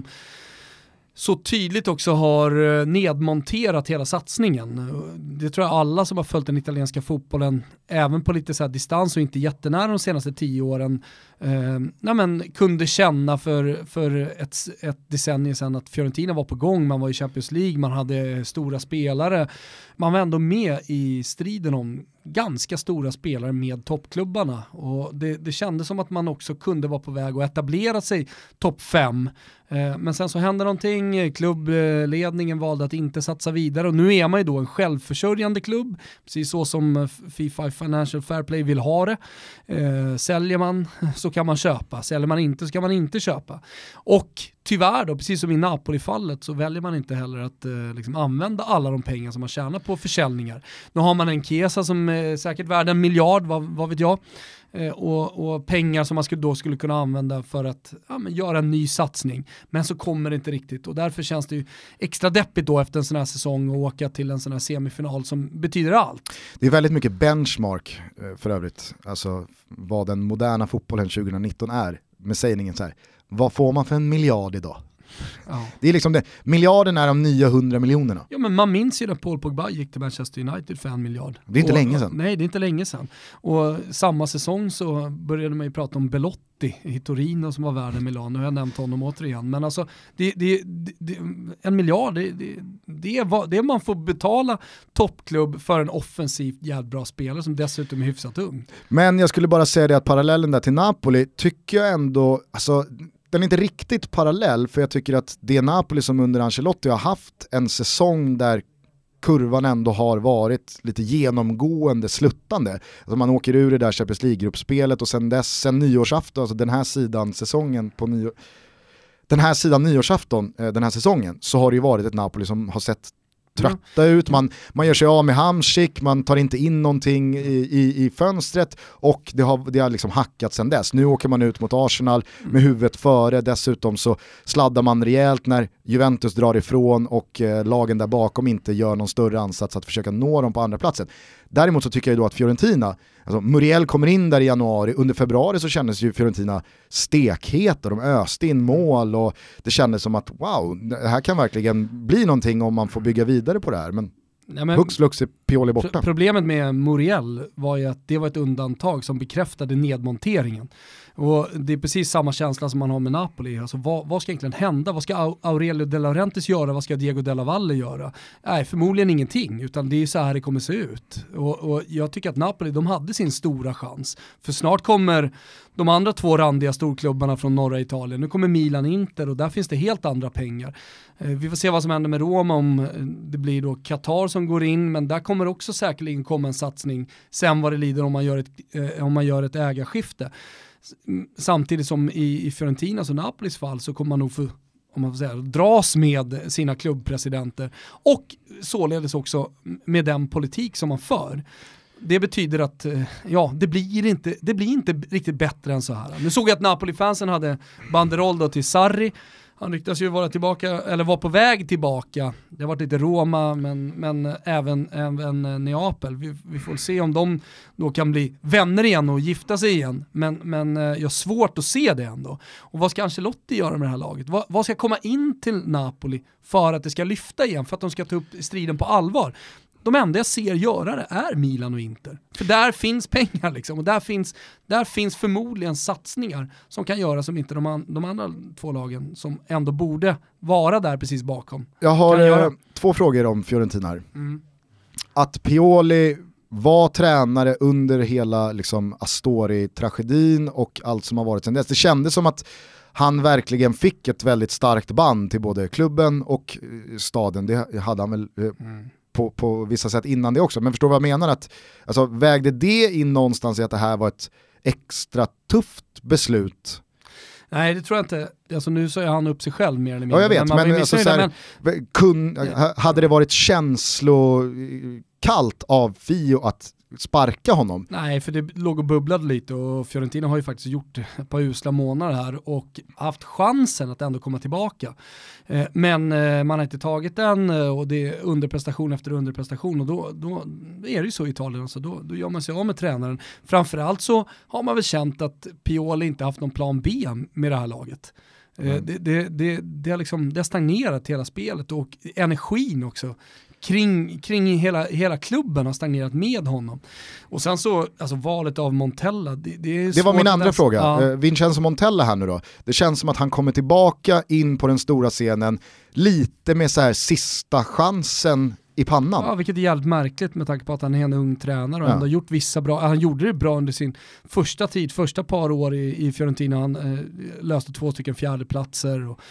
så tydligt också har nedmonterat hela satsningen. Det tror jag alla som har följt den italienska fotbollen, även på lite så här distans och inte jättenära de senaste tio åren, eh, nej men, kunde känna för, för ett, ett decennium sedan att Fiorentina var på gång, man var i Champions League, man hade stora spelare, man var ändå med i striden om ganska stora spelare med toppklubbarna och det, det kändes som att man också kunde vara på väg att etablera sig topp fem. Eh, men sen så hände någonting, klubbledningen valde att inte satsa vidare och nu är man ju då en självförsörjande klubb, precis så som FIFA Financial Fair Play vill ha det. Eh, säljer man så kan man köpa, säljer man inte så kan man inte köpa. Och tyvärr då, precis som i Napoli-fallet så väljer man inte heller att eh, liksom använda alla de pengar som man tjänar på försäljningar. Nu har man en Chiesa som är säkert värd en miljard, vad, vad vet jag. Eh, och, och pengar som man skulle, då skulle kunna använda för att ja, men göra en ny satsning. Men så kommer det inte riktigt och därför känns det ju extra deppigt då efter en sån här säsong och åka till en sån här semifinal som betyder allt. Det är väldigt mycket benchmark för övrigt. Alltså vad den moderna fotbollen tjugonitton är med sägningen så här. Vad får man för en miljard idag? Ja. Det är liksom det. Miljarden är de nya hundra miljonerna. Ja, men man minns ju när Paul Pogba gick till Manchester United för en miljard. Det är inte och, länge sedan. Nej, det är inte länge sedan. Och samma säsong så började man ju prata om Belotti i Torino som var värd en miljard. Nu har jag nämnt honom återigen. Men alltså, det, det, det, en miljard, det, det, det, är vad, det är man får betala toppklubb för en offensivt jävligt bra spelare som dessutom är hyfsat ung. Men jag skulle bara säga det att parallellen där till Napoli tycker jag ändå, alltså den är inte riktigt parallell, för jag tycker att det Napoli som under Ancelotti har haft en säsong där kurvan ändå har varit lite genomgående sluttande. Alltså man åker ur det där Champions League-gruppspelet och sen dess, sen nyårsafton, alltså den här sidan säsongen på nyår, den här sidan nyårsafton, den här säsongen, så har det ju varit ett Napoli som har sett trötta ut, man, man gör sig av med Hamsik, man tar inte in någonting i, i, i fönstret och det har, det har liksom hackat sedan dess. Nu åker man ut mot Arsenal med huvudet före, dessutom så sladdar man rejält när Juventus drar ifrån och eh, lagen där bakom inte gör någon större ansats att försöka nå dem på andra platsen. Däremot så tycker jag då att Fiorentina, alltså Muriel kommer in där i januari, under februari så kändes ju Fiorentina stekheta, de öste in mål och det kändes som att wow, det här kan verkligen bli någonting om man får bygga vidare på det här, men, ja, men hux flux är Pioli borta. Problemet med Muriel var ju att det var ett undantag som bekräftade nedmonteringen. Och det är precis samma känsla som man har med Napoli. Alltså vad, vad ska egentligen hända? Vad ska Aurelio De Laurentiis göra? Vad ska Diego Della Valle göra? Nej, förmodligen ingenting. Utan det är så här det kommer se ut. Och, och jag tycker att Napoli, de hade sin stora chans. För snart kommer de andra två randiga storklubbarna från norra Italien. Nu kommer Milan, Inter och där finns det helt andra pengar. Eh, vi får se vad som händer med Roma, om det blir då Qatar som går in. Men där kommer också säkerligen komma en satsning sen vad det lider om man gör ett, eh, om man gör ett ägarskifte. Samtidigt som i, i Fiorentinas och Napolis fall så kommer man nog få, om man får säga, dras med sina klubbpresidenter och således också med den politik som man för. Det betyder att ja, det blir inte, det blir inte riktigt bättre än så här. Nu såg jag att Napoli-fansen hade banderoll då till Sarri. Han ryktas ju vara tillbaka, eller var på väg tillbaka. Det har varit lite Roma, men, men även, även Neapel. Vi, vi får se om de då kan bli vänner igen och gifta sig igen. Men, men jag har svårt att se det ändå. Och vad ska Ancelotti göra med det här laget? Vad, vad ska komma in till Napoli för att det ska lyfta igen? För att de ska ta upp striden på allvar? de enda jag ser göra det är Milan och Inter. För där finns pengar liksom, och där finns, där finns förmodligen satsningar som kan göra som inte de, an, de andra två lagen som ändå borde vara där precis bakom. Jag har eh, två frågor om Fiorentina här. Mm. Att Pioli var tränare under hela liksom, Astori-tragedin och allt som har varit sedan dess. Det kändes som att han verkligen fick ett väldigt starkt band till både klubben och staden. Det hade han väl eh, mm. på, på vissa sätt innan det också. Men förstår vad jag menar? Att, alltså, vägde det in någonstans i att det här var ett extra tufft beslut? Nej, det tror jag inte. Alltså, nu så är han upp sig själv mer eller mindre. Ja, jag vet. Men, men, alltså, så här, men... Kun, hade det varit känslokallt av Fio att sparka honom? Nej, för det låg och bubblade lite och Fiorentina har ju faktiskt gjort ett par usla månader här och haft chansen att ändå komma tillbaka. Eh, men eh, man har inte tagit den och det är underprestation efter underprestation och då, då är det ju så i Italien. Alltså, då, då gör man sig av med tränaren. Framförallt så har man väl känt att Pioli inte haft någon plan B med det här laget. Mm. Det, det, det, det, har liksom, det har stagnerat hela spelet och energin också kring, kring hela, hela klubben har stagnerat med honom. Och sen så, alltså valet av Montella, det, det är det var min andra läsa. fråga. Ja. Uh, Vincenzo Montella här nu då. Det känns som att han kommer tillbaka in på den stora scenen lite med så här sista chansen i pannan. Ja, vilket är jävligt märkligt med tanke på att han är en ung tränare och ja. ändå gjort vissa bra, han gjorde det bra under sin första tid, första par år i, i Fiorentina. Han eh, löste två stycken fjärdeplatser och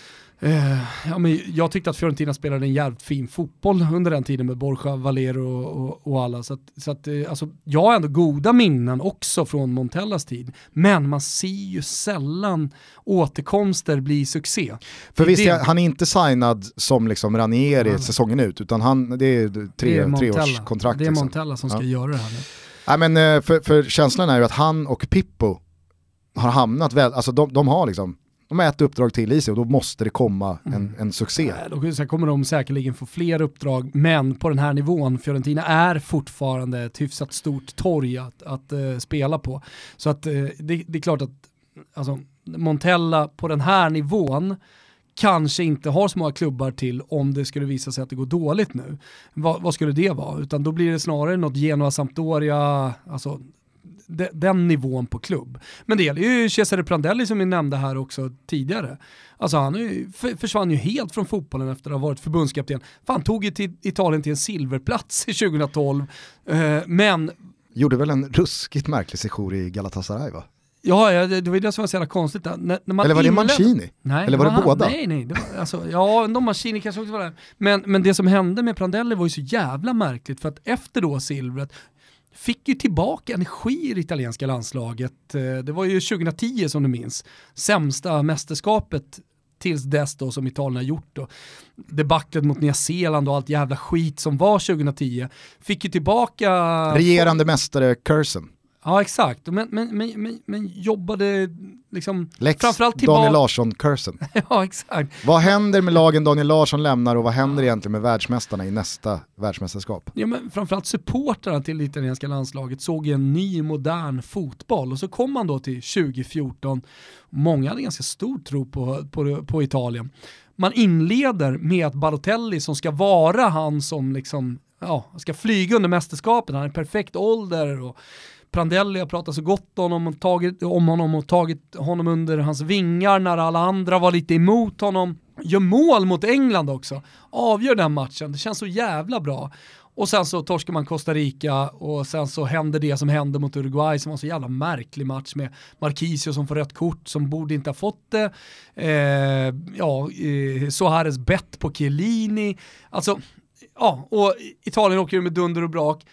eh, ja, men jag tyckte att Fiorentina spelade en jävligt fin fotboll under den tiden med Borja, Valero och, och, och alla. Så att, så att, eh, alltså, jag har ändå goda minnen också från Montellas tid. Men man ser ju sällan återkomster bli succé. För visst, det... han är inte signad som liksom Ranieri ja. säsongen ut, utan han, det är tre, det är tre års kontrakt. Det är liksom. Montella som ska ja. göra det här nu. Nej, men för, för känslan är ju att han och Pippo har hamnat väl, alltså de, de har liksom de har ett uppdrag till i sig och då måste det komma en, mm. en succé. Då sen kommer de säkerligen få fler uppdrag, men på den här nivån, Fiorentina är fortfarande ett hyfsat stort torg att, att uh, spela på. Så att uh, det, det är klart att alltså, Montella på den här nivån kanske inte har så många klubbar till om det skulle visa sig att det går dåligt nu. Va, vad skulle det vara? Utan då blir det snarare något Genoa, Sampdoria, alltså de, den nivån på klubb. Men det gäller ju Cesare Prandelli som vi nämnde här också tidigare. Alltså han är, för, försvann ju helt från fotbollen efter att ha varit förbundskapten. Fan, tog ju till Italien till en silverplats i tjugohundratolv. Eh, men... Gjorde väl en ruskigt märklig sejour i Galatasaray, va? Ja, det var det som var så jävla konstigt. När, när man Eller var det inled... Mancini? Nej, Eller var det han, båda? Nej, nej. Det var, alltså, ja, de Mancini kanske också var där. Men, men det som hände med Prandelli var ju så jävla märkligt. För att efter då silvret fick ju tillbaka energi i det italienska landslaget. Det var ju tjugohundratio som du minns. Sämsta mästerskapet tills dess då som Italien har gjort då. Debaclet mot Nya Zeeland och allt jävla skit som var tjugohundratio. Fick ju tillbaka... Regerande mästare Cursen. Ja, exakt. Men, men, men, men, men jobbade liksom... Lex framförallt tillbaka... Daniel Larsson-cursen. Ja, exakt. Vad händer med lagen Daniel Larsson lämnar och vad händer ja. egentligen med världsmästarna i nästa världsmästerskap? Ja, men framförallt supportrarna till det italienska landslaget såg en ny modern fotboll och så kom man då till tjugo fjorton. Många hade ganska stor tro på, på, på Italien. Man inleder med att Balotelli som ska vara han som liksom, ja, ska flyga under mästerskapet. Han är i perfekt ålder och Prandelli har pratat så gott om honom och tagit, om honom och tagit honom under hans vingar när alla andra var lite emot honom. Gör mål mot England också. Avgör den matchen. Det känns så jävla bra. Och sen så torskar man Costa Rica och sen så händer det som hände mot Uruguay som var så jävla märklig match med Marquisio som får rött kort som borde inte ha fått det. Eh, ja, eh, Suarez bett på Chiellini. Alltså, ja, och Italien åker med dunder och brak.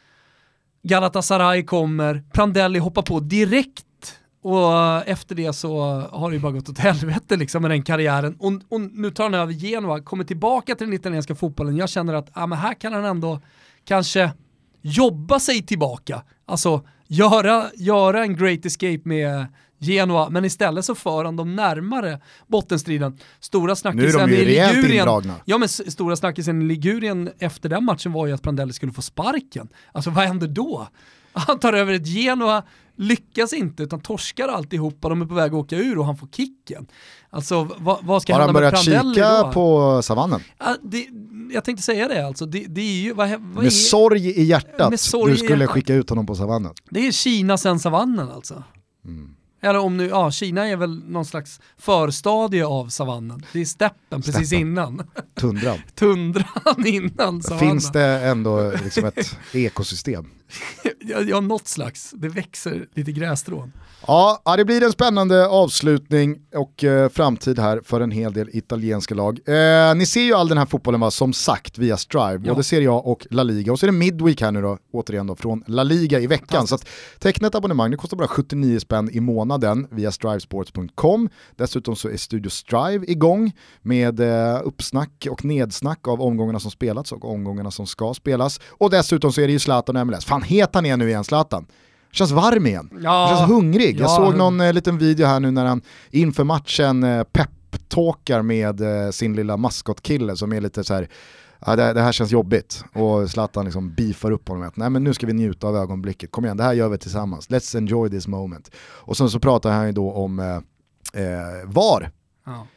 Galatasaray kommer, Prandelli hoppar på direkt och efter det så har det ju bara gått åt helvete liksom med den karriären och, och nu tar han över Genoa, kommer tillbaka till den italienska fotbollen. Jag känner att ah, men här kan han ändå kanske jobba sig tillbaka, alltså göra, göra en great escape med Genoa, men istället så för han dem närmare bottenstriden. Stora snackisen i Ligurien. Ja, men stora snackisen i Ligurien efter den matchen var ju att Prandelli skulle få sparken. Alltså vad händer då? Han tar över ett Genoa, lyckas inte utan torskar alltihopa. De är på väg att åka ur och han får kicken. Alltså vad, vad ska hända med Prandelli då? Har han börjat kika på savannen? Ja, det, jag tänkte säga det alltså. Det, det är ju, vad, vad med är, sorg i hjärtat med sorg du skulle i hjärtat. skicka ut honom på savannen. Det är Kina sen savannen alltså. Mm. Eller om nu, ja, Kina är väl någon slags förstadie av savannen. Det är steppen precis Steppen. innan. Tundran. Tundran innan savannen. Finns det ändå liksom ett ekosystem? ja, ja, något slags. Det växer lite grässtrån. Ja, det blir en spännande avslutning och eh, framtid här för en hel del italienska lag. Eh, ni ser ju all den här fotbollen, va, som sagt, via Strive. Ja. Både Serie A och La Liga. Och så är det Midweek här nu då, återigen då, från La Liga i veckan. Så att teckna ett abonnemang, det kostar bara sjuttionio spänn i månaden via strivesports punkt com. Dessutom så är Studio Strive igång med eh, uppsnack och nedsnack av omgångarna som spelats och omgångarna som ska spelas. Och dessutom så är det ju Zlatan och M L S. Fan, heter han är nu igen, Zlatan? Känns varm igen. Ja. Känns hungrig. Ja. Jag såg någon eh, liten video här nu när han inför matchen eh, pep-talkar med eh, sin lilla maskotkille som är lite så här, ja, det, det här känns jobbigt. Och Zlatan liksom beefar upp honom. Nej, men nu ska vi njuta av ögonblicket. Kom igen, det här gör vi tillsammans. Let's enjoy this moment. Och sen så pratar han ju då om eh, eh, V A R. Ja.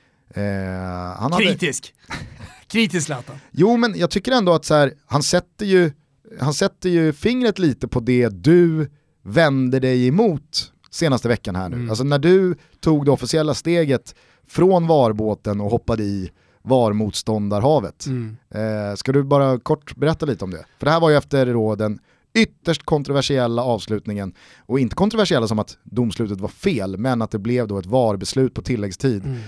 Eh, han Kritisk. Hade... Kritisk Zlatan. Jo, men jag tycker ändå att så här, han sätter ju han sätter ju fingret lite på det du vänder dig emot senaste veckan här nu. Mm. Alltså när du tog det officiella steget från V A R-båten och hoppade i V A R-motståndarhavet. Mm. Eh, ska du bara kort berätta lite om det? För det här var ju efter då den ytterst kontroversiella avslutningen, och inte kontroversiella som att domslutet var fel, men att det blev då ett V A R-beslut på tilläggstid mm.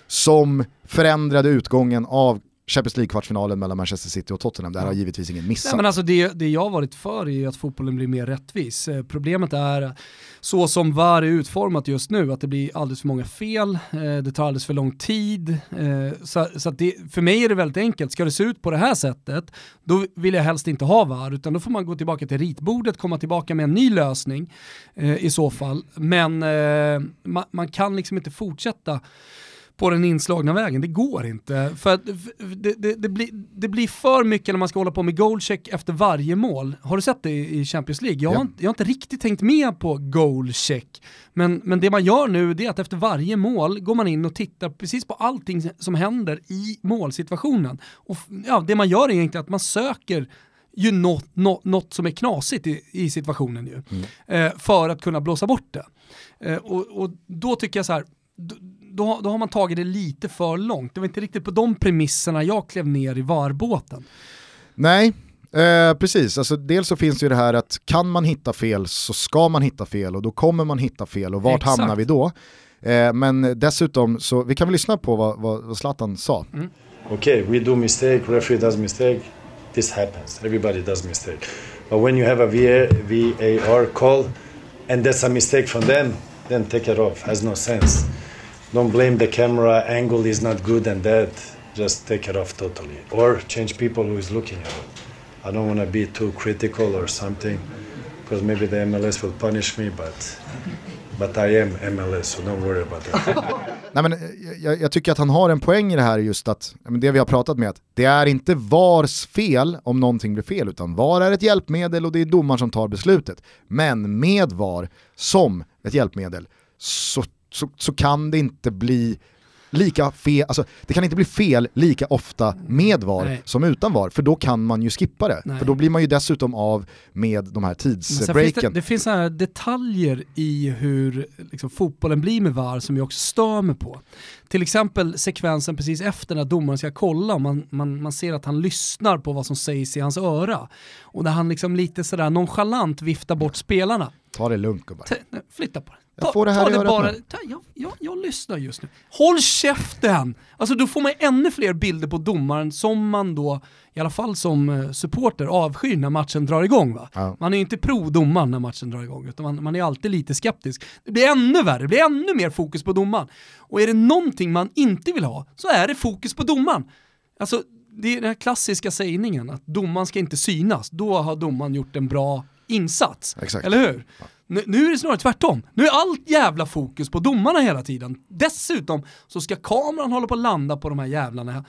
som förändrade utgången av Champions League-kvartsfinalen mellan Manchester City och Tottenham. Det här har givetvis ingen missat. Nej, men alltså det, det jag har varit för är ju att fotbollen blir mer rättvis. Eh, problemet är så som V A R är utformat just nu, att det blir alldeles för många fel, eh, det tar alldeles för lång tid. Eh, så så att det, för mig är det väldigt enkelt. Ska det se ut på det här sättet, då vill jag helst inte ha V A R, utan då får man gå tillbaka till ritbordet, komma tillbaka med en ny lösning eh, i så fall. Men eh, man, man kan liksom inte fortsätta på den inslagna vägen. Det går inte. För att det, det, det, blir, det blir för mycket när man ska hålla på med goalcheck efter varje mål. Har du sett det i Champions League? Jag har, ja. jag har inte riktigt tänkt med på goalcheck. Men, men det man gör nu är att efter varje mål går man in och tittar precis på allting som händer i målsituationen. Och ja, det man gör är egentligen att man söker ju något, något, något som är knasigt i, i situationen ju. Mm. Eh, för att kunna blåsa bort det. Eh, och, och då tycker jag så här, då, Då, då har man tagit det lite för långt. Det var inte riktigt på de premisserna jag klev ner i V A R-båten. Nej, eh, precis. Alltså, dels så finns ju det här att kan man hitta fel så ska man hitta fel, och då kommer man hitta fel, och vart Exakt. hamnar vi då? Eh, men dessutom, så vi kan väl lyssna på vad, vad, vad Zlatan sa. Mm. Okej, okay, we do mistake, referee does mistake, this happens, everybody does mistake. But when you have a V A R call and that's a mistake from them, then take it off, has no sense. Don't blame the camera, angle is not good and that, just take it off totally. Or change people who is looking at it. I don't want to be too critical or something, because maybe the M L S will punish me, but but I am M L S, so don't worry about that. Nej, men jag, jag tycker att han har en poäng i det här, just att det vi har pratat med, att det är inte V A Rs fel om någonting blir fel, utan V A R är ett hjälpmedel och det är domaren som tar beslutet. Men med V A R som ett hjälpmedel så Så, så kan det inte bli lika fel, alltså det kan inte bli fel lika ofta med V A R Nej. som utan V A R, för då kan man ju skippa det. Nej. För då blir man ju dessutom av med de här tidsbreaken. Det, det finns så här detaljer i hur liksom, fotbollen blir med V A R som jag också stör mig på. Till exempel sekvensen precis efter när domaren ska kolla, man, man, man ser att han lyssnar på vad som sägs i hans öra. Och när han liksom lite sådär nonchalant viftar bort spelarna. Ta det lugnt, gubbar. Flytta på det. Jag får det här ta, ta det bara, ta, jag, jag, jag lyssnar just nu. Håll käften! Alltså då får man ännu fler bilder på domaren som man då, i alla fall som supporter, avskyr när matchen drar igång. Va? Ja. Man är ju inte pro-domaren när matchen drar igång, utan man, man är alltid lite skeptisk. Det blir ännu värre, det blir ännu mer fokus på domaren. Och är det någonting man inte vill ha, så är det fokus på domaren. Alltså det är den här klassiska sägningen att domaren ska inte synas. Då har domaren gjort en bra insats. Exakt. Eller hur? Ja. Nu, nu är det snarare tvärtom. Nu är allt jävla fokus på domarna hela tiden. Dessutom så ska kameran hålla på att landa på de här jävlarna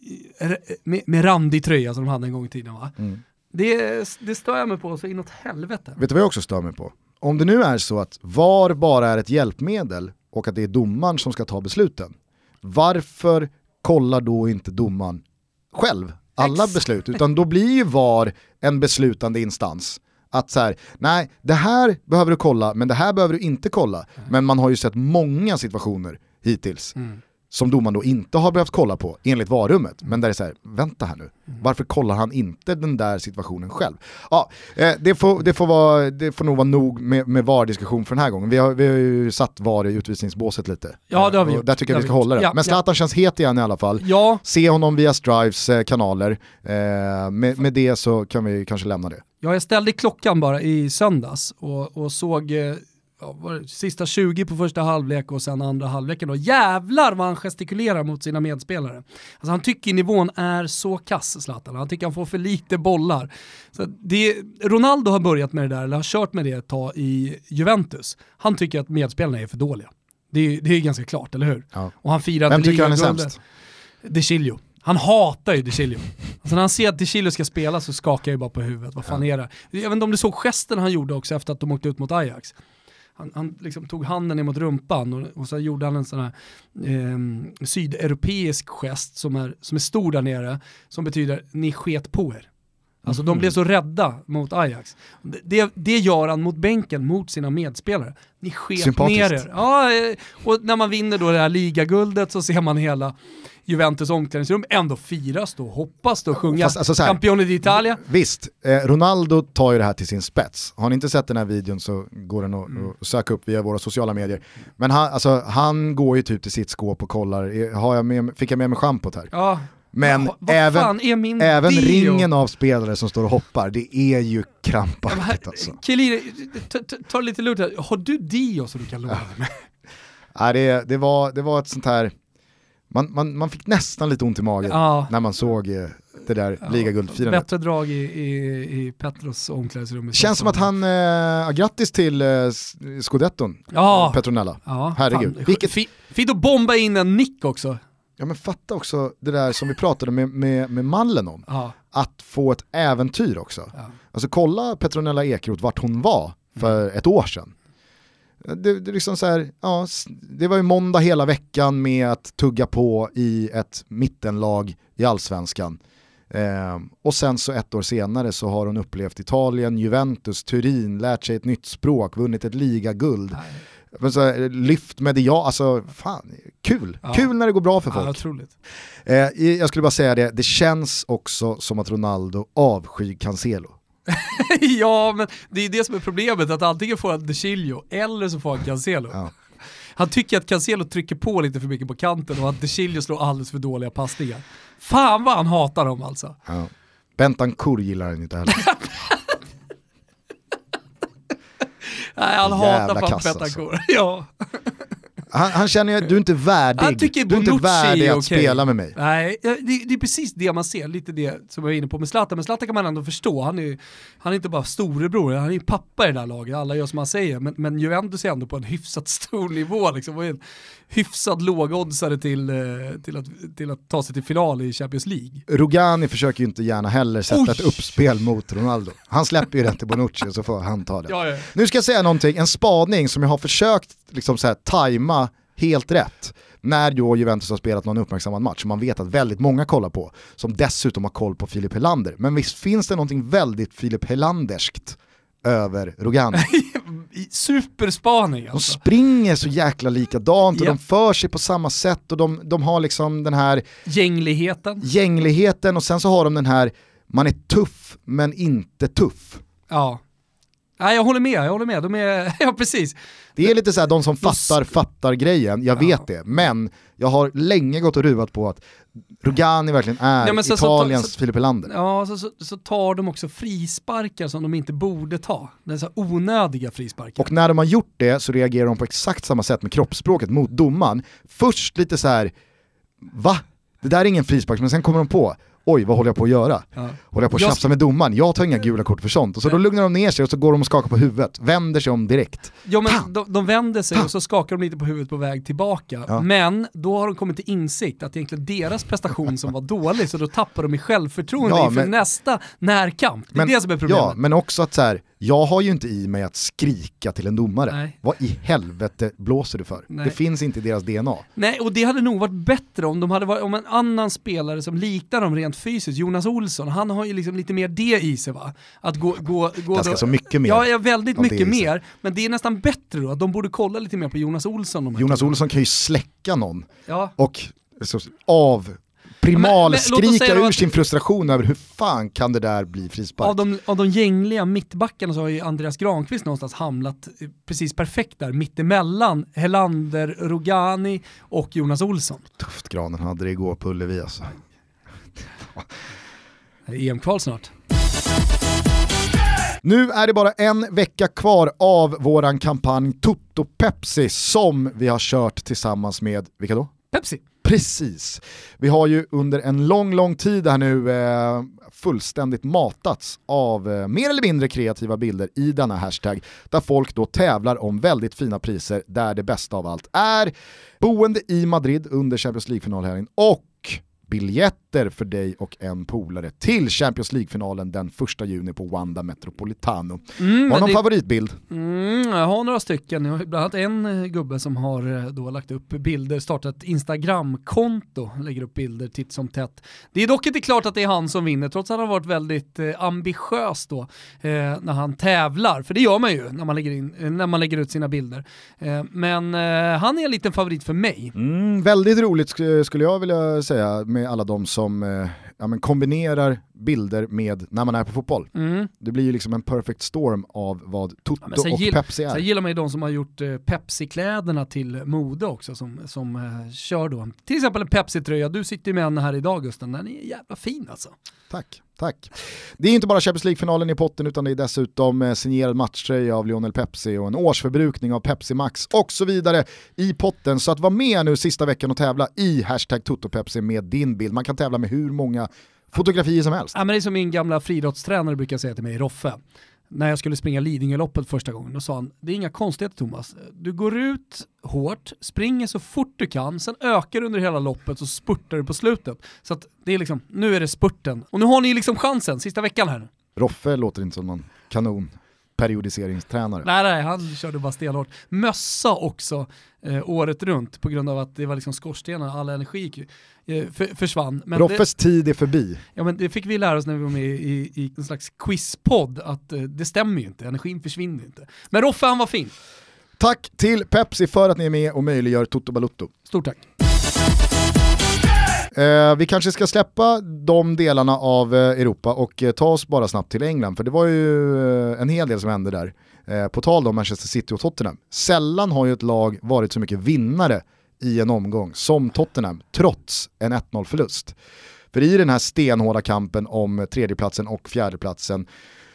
med, med randig tröja som de hade en gång i tiden, va? Mm. Det, det stör jag mig på så inåt helvete. Vet du vad jag också stör mig på? Om det nu är så att V A R bara är ett hjälpmedel och att det är domaren som ska ta besluten, varför kollar då inte domaren själv alla Ex- beslut, utan då blir ju V A R en beslutande instans. Att så här, nej, det här behöver du kolla, men det här behöver du inte kolla. Mm. Men man har ju sett många situationer hittills mm. som domaren då inte har behövt kolla på enligt V A R-rummet. Men där är så här, vänta här nu, varför kollar han inte den där situationen själv? Ja, det får, det får, vara, det får nog vara nog med, med V A R-diskussion för den här gången. Vi har, vi har ju satt V A R i utvisningsbåset lite. Ja, det har vi gjort. Där tycker jag vi ska gjort. hålla det. Ja, men Zlatan ja. känns het igen i alla fall. Ja. Se honom via Strives eh, kanaler. Eh, med, med det så kan vi kanske lämna det. Ja, jag ställde klockan bara i söndags och, och såg eh, ja, var det, sista tjugo på första halvlek och sen andra halvleken. Och jävlar vad han gestikulerar mot sina medspelare. Alltså han tycker nivån är så kass, Zlatan. Han tycker han får för lite bollar. Så det, Ronaldo har börjat med det där, eller har kört med det ett tag i Juventus. Han tycker att medspelarna är för dåliga. Det är, det är ganska klart, eller hur? Ja. Och han firar Vem tycker han är sämst? De Chilio. Han hatar ju De Chilio. Alltså när han ser att De Chilio ska spela så skakar jag ju bara på huvudet. Vad fan ja. är det? Jag vet inte om du såg gesten han gjorde också efter att de åkte ut mot Ajax. Han, han liksom tog handen emot rumpan och, och så gjorde han en sån här eh, sydeuropeisk gest som är, som är stor där nere. Som betyder, ni sket på er. Alltså mm. de blev så rädda mot Ajax. Det, det gör han mot bänken, mot sina medspelare. Ni sket ner er. Ja, och när man vinner då det här ligaguldet så ser man hela Juventus omklädningsrum ändå firas då, hoppas då, sjunga alltså Campione d'Italia. Visst, eh, Ronaldo tar ju det här till sin spets. Har ni inte sett den här videon så går den att mm. söka upp via våra sociala medier. Men han, alltså, han går ju typ till sitt skåp och kollar, har jag med, fick jag med mig schampot här? Ja. Men ja, även, även Dio? ringen av spelare som står och hoppar, det är ju krampaktigt alltså. Kelly, ta lite lugnt här. Har du Dio så du kan låna med? Ja, det, det, var, det var ett sånt här, man, man, man fick nästan lite ont i magen ja. när man såg det där ja. ligaguldfirandet. Bättre drag i, i, i Petros omklädningsrum. Känns som att han, äh, grattis till äh, Scudetton, ja. Petronella. Ja, herregud. Fan. Vilket... Fint att bomba in en nick också. Ja, men fatta också det där som vi pratade med, med, med Mallen om. Ja. Att få ett äventyr också. Ja. Alltså kolla Petronella Ekeroth vart hon var för mm. ett år sedan. Det, det, liksom så här, ja, det var ju måndag hela veckan med att tugga på i ett mittenlag i Allsvenskan. Eh, och sen så ett år senare så har hon upplevt Italien, Juventus, Turin, lärt sig ett nytt språk, vunnit ett ligaguld. Nej. Men så här, lyft medial, alltså fan, kul. Ja. Kul när det går bra för folk. Ja, otroligt. Eh, jag skulle bara säga det, det känns också som att Ronaldo avskyr Cancelo. Ja, men det är det som är problemet, att antingen får han De Chilio eller så får han Cancelo. Ja. Han tycker att Cancelo trycker på lite för mycket på kanten och att De Chilio slår alldeles för dåliga passningar. Fan vad han hatar dem alltså. Ja. Bentancur gillar han inte heller. Nej, han hatar fan Bentancur. Alltså. Ja. Han, han känner att du är inte värdig. Du är inte värdig att okay. spela med mig. Nej, det, det är precis det man ser. Lite det som jag är inne på med Zlatan. Men Zlatan kan man ändå förstå. Han är, han är inte bara storebror. Han är ju pappa i det där laget. Alla gör som han säger. Men, men Juventus är ändå på en hyfsat stor nivå. Liksom. Och en hyfsad lågoddsare till, till, att, till att ta sig till final i Champions League. Rogani försöker ju inte gärna heller sätta Oj. ett uppspel mot Ronaldo. Han släpper ju den till Bonucci och så får han ta det. Ja, ja. Nu ska jag säga någonting. En spaning som jag har försökt liksom så här, tajma helt rätt när då Juventus har spelat någon uppmärksammad match som man vet att väldigt många kollar på, som dessutom har koll på Filip Helander. Men visst finns det någonting väldigt Filip Helanderskt över Rogani. Superspaning alltså. De springer så jäkla likadant och yep. de för sig på samma sätt och de, de har liksom den här gängligheten. gängligheten och sen så har de den här, man är tuff men inte tuff. Ja. Nej, jag håller med, jag håller med. De är, ja, precis. Det är lite så här, de som fattar, fattar grejen, jag vet ja. det. Men jag har länge gått och ruvat på att Rogani verkligen är ja, så, Italiens så, så, Filip Helander. Ja, så, så, så tar de också frisparkar som de inte borde ta. Det är så onödiga frisparkar. Och när de har gjort det så reagerar de på exakt samma sätt med kroppsspråket mot domaren. Först lite så här, va? Det där är ingen frispark, men sen kommer de på, oj, vad håller jag på att göra? Ja. Håller jag på att tjafsa med domaren? Jag tar inga gula kort för sånt. Och så då lugnar de ner sig och så går de och skakar på huvudet. Vänder sig om direkt. Ja, men de, de vänder sig Ta. och så skakar de lite på huvudet på väg tillbaka. Ja. Men då har de kommit till insikt att egentligen deras prestation som var dålig, så då tappar de i självförtroende ja, inför men, nästa närkamp. Det är men, det som är problemet. Ja, men också att så här, Jag har ju inte i mig att skrika till en domare. Nej. Vad i helvete blåser du för? Nej. Det finns inte i deras D N A. Nej, och det hade nog varit bättre om de hade varit, om en annan spelare som liknar dem rent fysiskt, Jonas Olsson, han har ju liksom lite mer det i sig, va? Att gå, gå, gå Ganska då, så mycket mer. Ja, ja väldigt av det mycket i sig. mer, men det är nästan bättre då, att de borde kolla lite mer på Jonas Olsson. De här Jonas killarna. Olsson kan ju släcka någon Ja. och så, av primal Men- men låt oss säga skrika då ur att- sin frustration över hur fan kan det där bli frispark. Av de, av de gängliga mittbackarna så har ju Andreas Granqvist någonstans hamnat eh, precis perfekt där, mittemellan Helander, Rogani och Jonas Olsson. Tufft Granen hade det igår på Ullevi alltså. E M-kval snart. Nu är det bara en vecka kvar av våran kampanj Toto Pepsi som vi har kört tillsammans med, vilka då? Pepsi. Precis. Vi har ju under en lång, lång tid här nu eh, fullständigt matats av eh, mer eller mindre kreativa bilder i denna hashtag där folk då tävlar om väldigt fina priser där det bästa av allt är boende i Madrid under Champions League-finalhelgen och biljetter för dig och en polare till Champions League-finalen den första juni på Wanda Metropolitano. Mm, har någon det, favoritbild? Mm, jag har några stycken. Jag har bland annat en eh, gubbe som har eh, då lagt upp bilder, startat ett Instagram-konto, lägger upp bilder titt som tätt. Det är dock inte klart att det är han som vinner, trots att han har varit väldigt eh, ambitiös då eh, när han tävlar. För det gör man ju när man lägger, in, eh, när man lägger ut sina bilder. Eh, men eh, han är en liten favorit för mig. Mm, väldigt roligt sk- skulle jag vilja säga med alla de som eh, ja, men kombinerar bilder med när man är på fotboll. Mm. Det blir ju liksom en perfect storm av vad Toto Ja, sen och gill, Pepsi är. Sen gillar man ju de som har gjort eh, Pepsi-kläderna till mode också, som, som eh, kör då. Till exempel en Pepsi-tröja. Du sitter ju med en här idag, Gusten. Den är jävla fin alltså. Tack, tack. Det är inte bara Champions League-finalen i potten utan det är dessutom eh, signerad matchtröja av Lionel Pepsi och en årsförbrukning av Pepsi Max och så vidare i potten. Så att vara med nu sista veckan och tävla i hashtag Toto Pepsi med din bild. Man kan tävla med hur många fotografier som helst. Ja, men det är som min gamla friidrottstränare brukar säga till mig, Roffe. När jag skulle springa Lidingöloppet första gången, då sa han, det är inga konstigheter Thomas. Du går ut hårt, springer så fort du kan, sen ökar du under hela loppet och spurtar du på slutet. Så att det är liksom, nu är det spurten. Och nu har ni liksom chansen, sista veckan här. Roffe låter inte som någon kanon periodiseringstränare. Nej, nej, han körde bara stenhårt. Mössa också eh, året runt på grund av att det var liksom skorstenar, all energi eh, för, försvann. Men Roffes det, tid är förbi. ja, men det fick vi lära oss när vi var med i, i en slags quizpodd att eh, det stämmer ju inte, energin försvinner inte. Men Roffe, han var fin. Tack till Pepsi för att ni är med och möjliggör Toto Balutto. Stort tack. Eh, vi kanske ska släppa de delarna av eh, Europa och eh, ta oss bara snabbt till England, för det var ju eh, en hel del som hände där. Eh, på tal om Manchester City och Tottenham. Sällan har ju ett lag varit så mycket vinnare i en omgång som Tottenham, trots en ett noll-förlust. För i den här stenhårda kampen om tredjeplatsen och fjärdeplatsen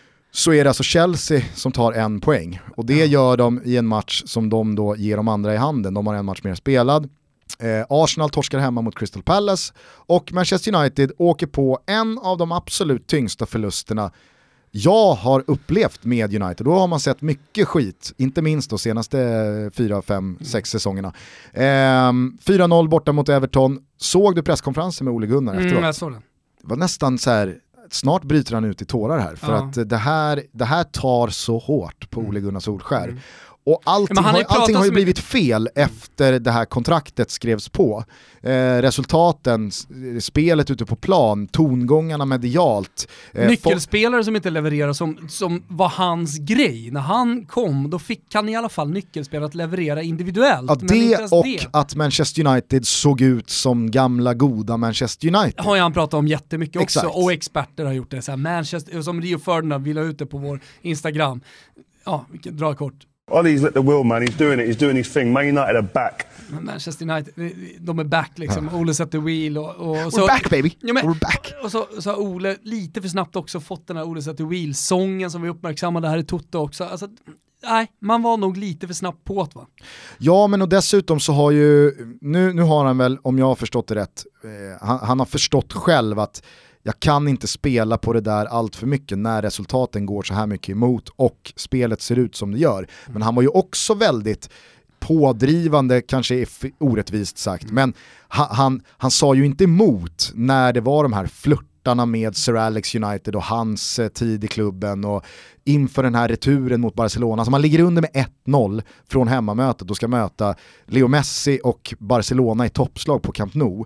så är det alltså Chelsea som tar en poäng. Och det gör de i en match som de då ger de andra i handen. De har en match mer spelad. Eh, Arsenal torskar hemma mot Crystal Palace och Manchester United åker på en av de absolut tyngsta förlusterna jag har upplevt med United. Då har man sett mycket skit, inte minst de senaste fyra, fem, sex säsongerna. Eh, fyra noll borta mot Everton. Såg du presskonferensen med Ole Gunnar efteråt? Mm, jag såg den. Det var nästan så här, snart bryter han ut i tårar här för Ja. att det här, det här tar så hårt på Ole Gunnar Solskjær. Mm. Och allting, Men han har har, ju pratat allting har ju så blivit fel efter det här kontraktet skrevs på. Eh, resultaten, s- spelet ute på plan, tongångarna medialt. Eh, folk- Nyckelspelare som inte levererar som, som var hans grej. När han kom, då fick han i alla fall nyckelspelare att leverera individuellt. ja, men inte det ens och det att Manchester United såg ut som gamla goda Manchester United. har ju han pratat om jättemycket också. Exakt. Och experter har gjort det. Så här, Manchester, som Rio Ferdinand vill ha ut det på vår Instagram. Ja, vi kan dra kort. Ollie's lit the wheel, man. He's doing it. He's doing his thing. Man United are back. Men Manchester United, de är back liksom. Ole set the wheel och, och We're så, back baby, Ja, men, we're back. och så, så har Ole lite för snabbt också fått den här Ole set the wheel-sången som vi uppmärksammade här i Toto också. Alltså, nej, man var nog lite för snabbt på det, va? Ja, men och dessutom så har ju, nu, nu har han väl, om jag har förstått det rätt, eh, han, han har förstått själv att jag kan inte spela på det där allt för mycket när resultaten går så här mycket emot och spelet ser ut som det gör. Men han var ju också väldigt pådrivande, kanske är orättvist sagt, men han, han, han sa ju inte emot när det var de här flört startarna med Sir Alex United och hans eh, tid i klubben och inför den här returen mot Barcelona. Alltså man ligger under med ett noll från hemmamötet och ska möta Leo Messi och Barcelona i toppslag på Camp Nou.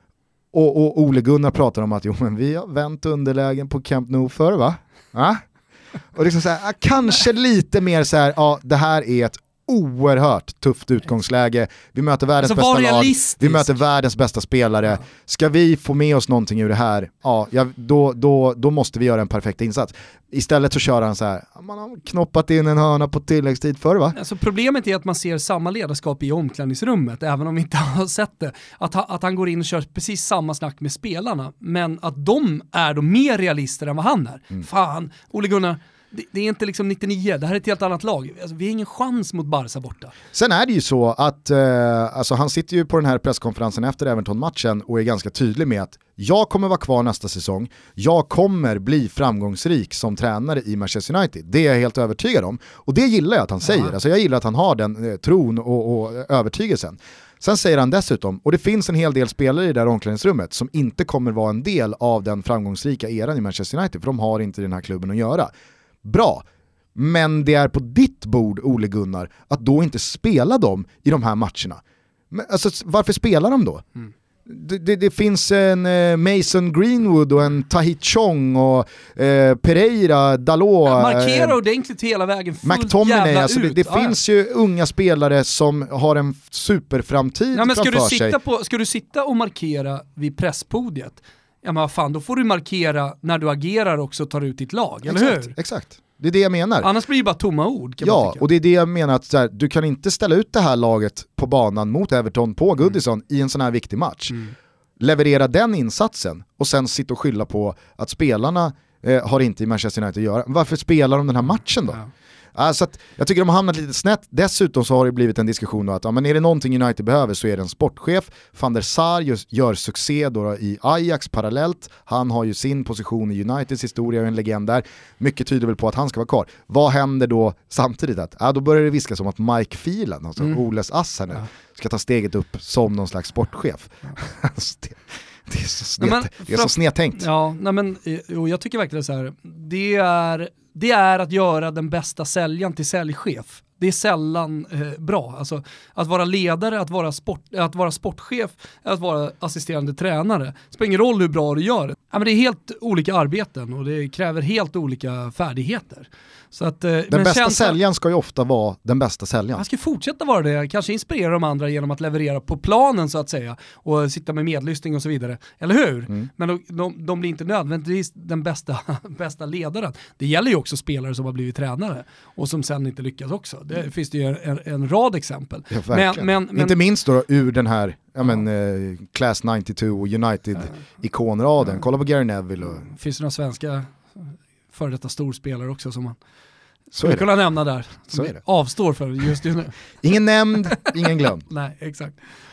Och, och Ole Gunnar pratar om att jo, men vi har vänt underlägen på Camp Nou förr, va? Ja? Och liksom så här, kanske lite mer så här, ja, det här är ett oerhört tufft utgångsläge. Vi möter världens alltså, bästa lag. Vi möter världens bästa spelare. Ja. Ska vi få med oss någonting ur det här? Ja, ja då, då, då måste vi göra en perfekt insats. Istället så kör han så här, man har knoppat in en hörna på tilläggstid förr, va? Alltså problemet är att man ser samma ledarskap i omklädningsrummet, även om vi inte har sett det. Att, ha, att han går in och kör precis samma snack med spelarna, men att de är då mer realister än vad han är. Mm. Fan, Ole Gunnar, det, det är inte liksom nittionio, det här är ett helt annat lag. Alltså, vi har ingen chans mot Barca borta. Sen är det ju så att eh, alltså han sitter ju på den här presskonferensen efter Everton-matchen och är ganska tydlig med att jag kommer vara kvar nästa säsong, jag kommer bli framgångsrik som tränare i Manchester United. Det är jag helt övertygad om. Och det gillar jag att han säger. Alltså jag gillar att han har den eh, tron och, och övertygelsen. Sen säger han dessutom, och det finns en hel del spelare i det där omklädningsrummet som inte kommer vara en del av den framgångsrika eran i Manchester United, för de har inte i den här klubben att göra. Bra, men det är på ditt bord, Ole Gunnar, att då inte spela dem i de här matcherna. Men, alltså, varför spelar de då? Mm. Det, det, det finns en eh, Mason Greenwood och en Tahith Chong och eh, Pereira, Dalot. Ja, markera ordentligt hela vägen, fullt McTominay, jävla alltså, ut. det, det ah, finns ja. ju unga spelare som har en superframtid ja, men ska framför du sitta sig. På, ska du sitta och markera vid presspodiet? Ja, men vad fan, då får du markera när du agerar också och tar ut ditt lag, eller exakt, hur? Exakt. Det är det jag menar. Annars blir det bara tomma ord, kan ja, man tycka. Och det är det jag menar att så här, du kan inte ställa ut det här laget på banan mot Everton på Goodison mm. i en sån här viktig match. Mm. Leverera den insatsen och sen sitta och skylla på att spelarna eh, har inte i Manchester United att göra. Varför spelar de den här matchen då? Ja. Alltså att jag tycker de har hamnat lite snett. Dessutom så har det blivit en diskussion om att ja, men är det någonting United behöver så är det en sportchef. Van der Sar gör, gör succé då i Ajax parallellt. Han har ju sin position i Uniteds historia och en legend där. Mycket tyder väl på att han ska vara kvar. Vad händer då samtidigt? Att, ja, då börjar det viskas om att Mike Phelan, alltså mm. Oles ass här nu, ja. ska ta steget upp som någon slags sportchef. Ja. det, det är så, snet, nej, men, det är så snedtänkt. Ja, nej, men jo, jag tycker verkligen så här. Det är... Det är att göra den bästa säljaren till säljchef. Det är sällan eh, bra. Alltså, att vara ledare, att vara, sport, att vara sportchef, att vara assisterande tränare. Det spelar ingen roll hur bra du gör det. Ja, men det är helt olika arbeten och det kräver helt olika färdigheter. Så att, eh, den bästa känslan, säljaren ska ju ofta vara den bästa säljaren. Han ska fortsätta vara det. Kanske inspirera de andra genom att leverera på planen så att säga. Och sitta med medlyssning och så vidare. Eller hur? Mm. Men de, de, de blir inte nödvändigtvis den bästa, bästa ledaren. Det gäller ju också spelare som har blivit tränare. Och som sen inte lyckas också. Det mm. finns det ju en, en rad exempel. Ja, men, men, men, inte minst då ur den här ja, men, eh, Class nittiotvå och United-ikonraden. Ja. Kolla på Gary Neville. Och... Finns det några svenska före detta storspelare också som man så skulle kunna nämna där. Så är det. Avstår för just nu. Ingen nämnd, ingen glömd. Nej, exakt.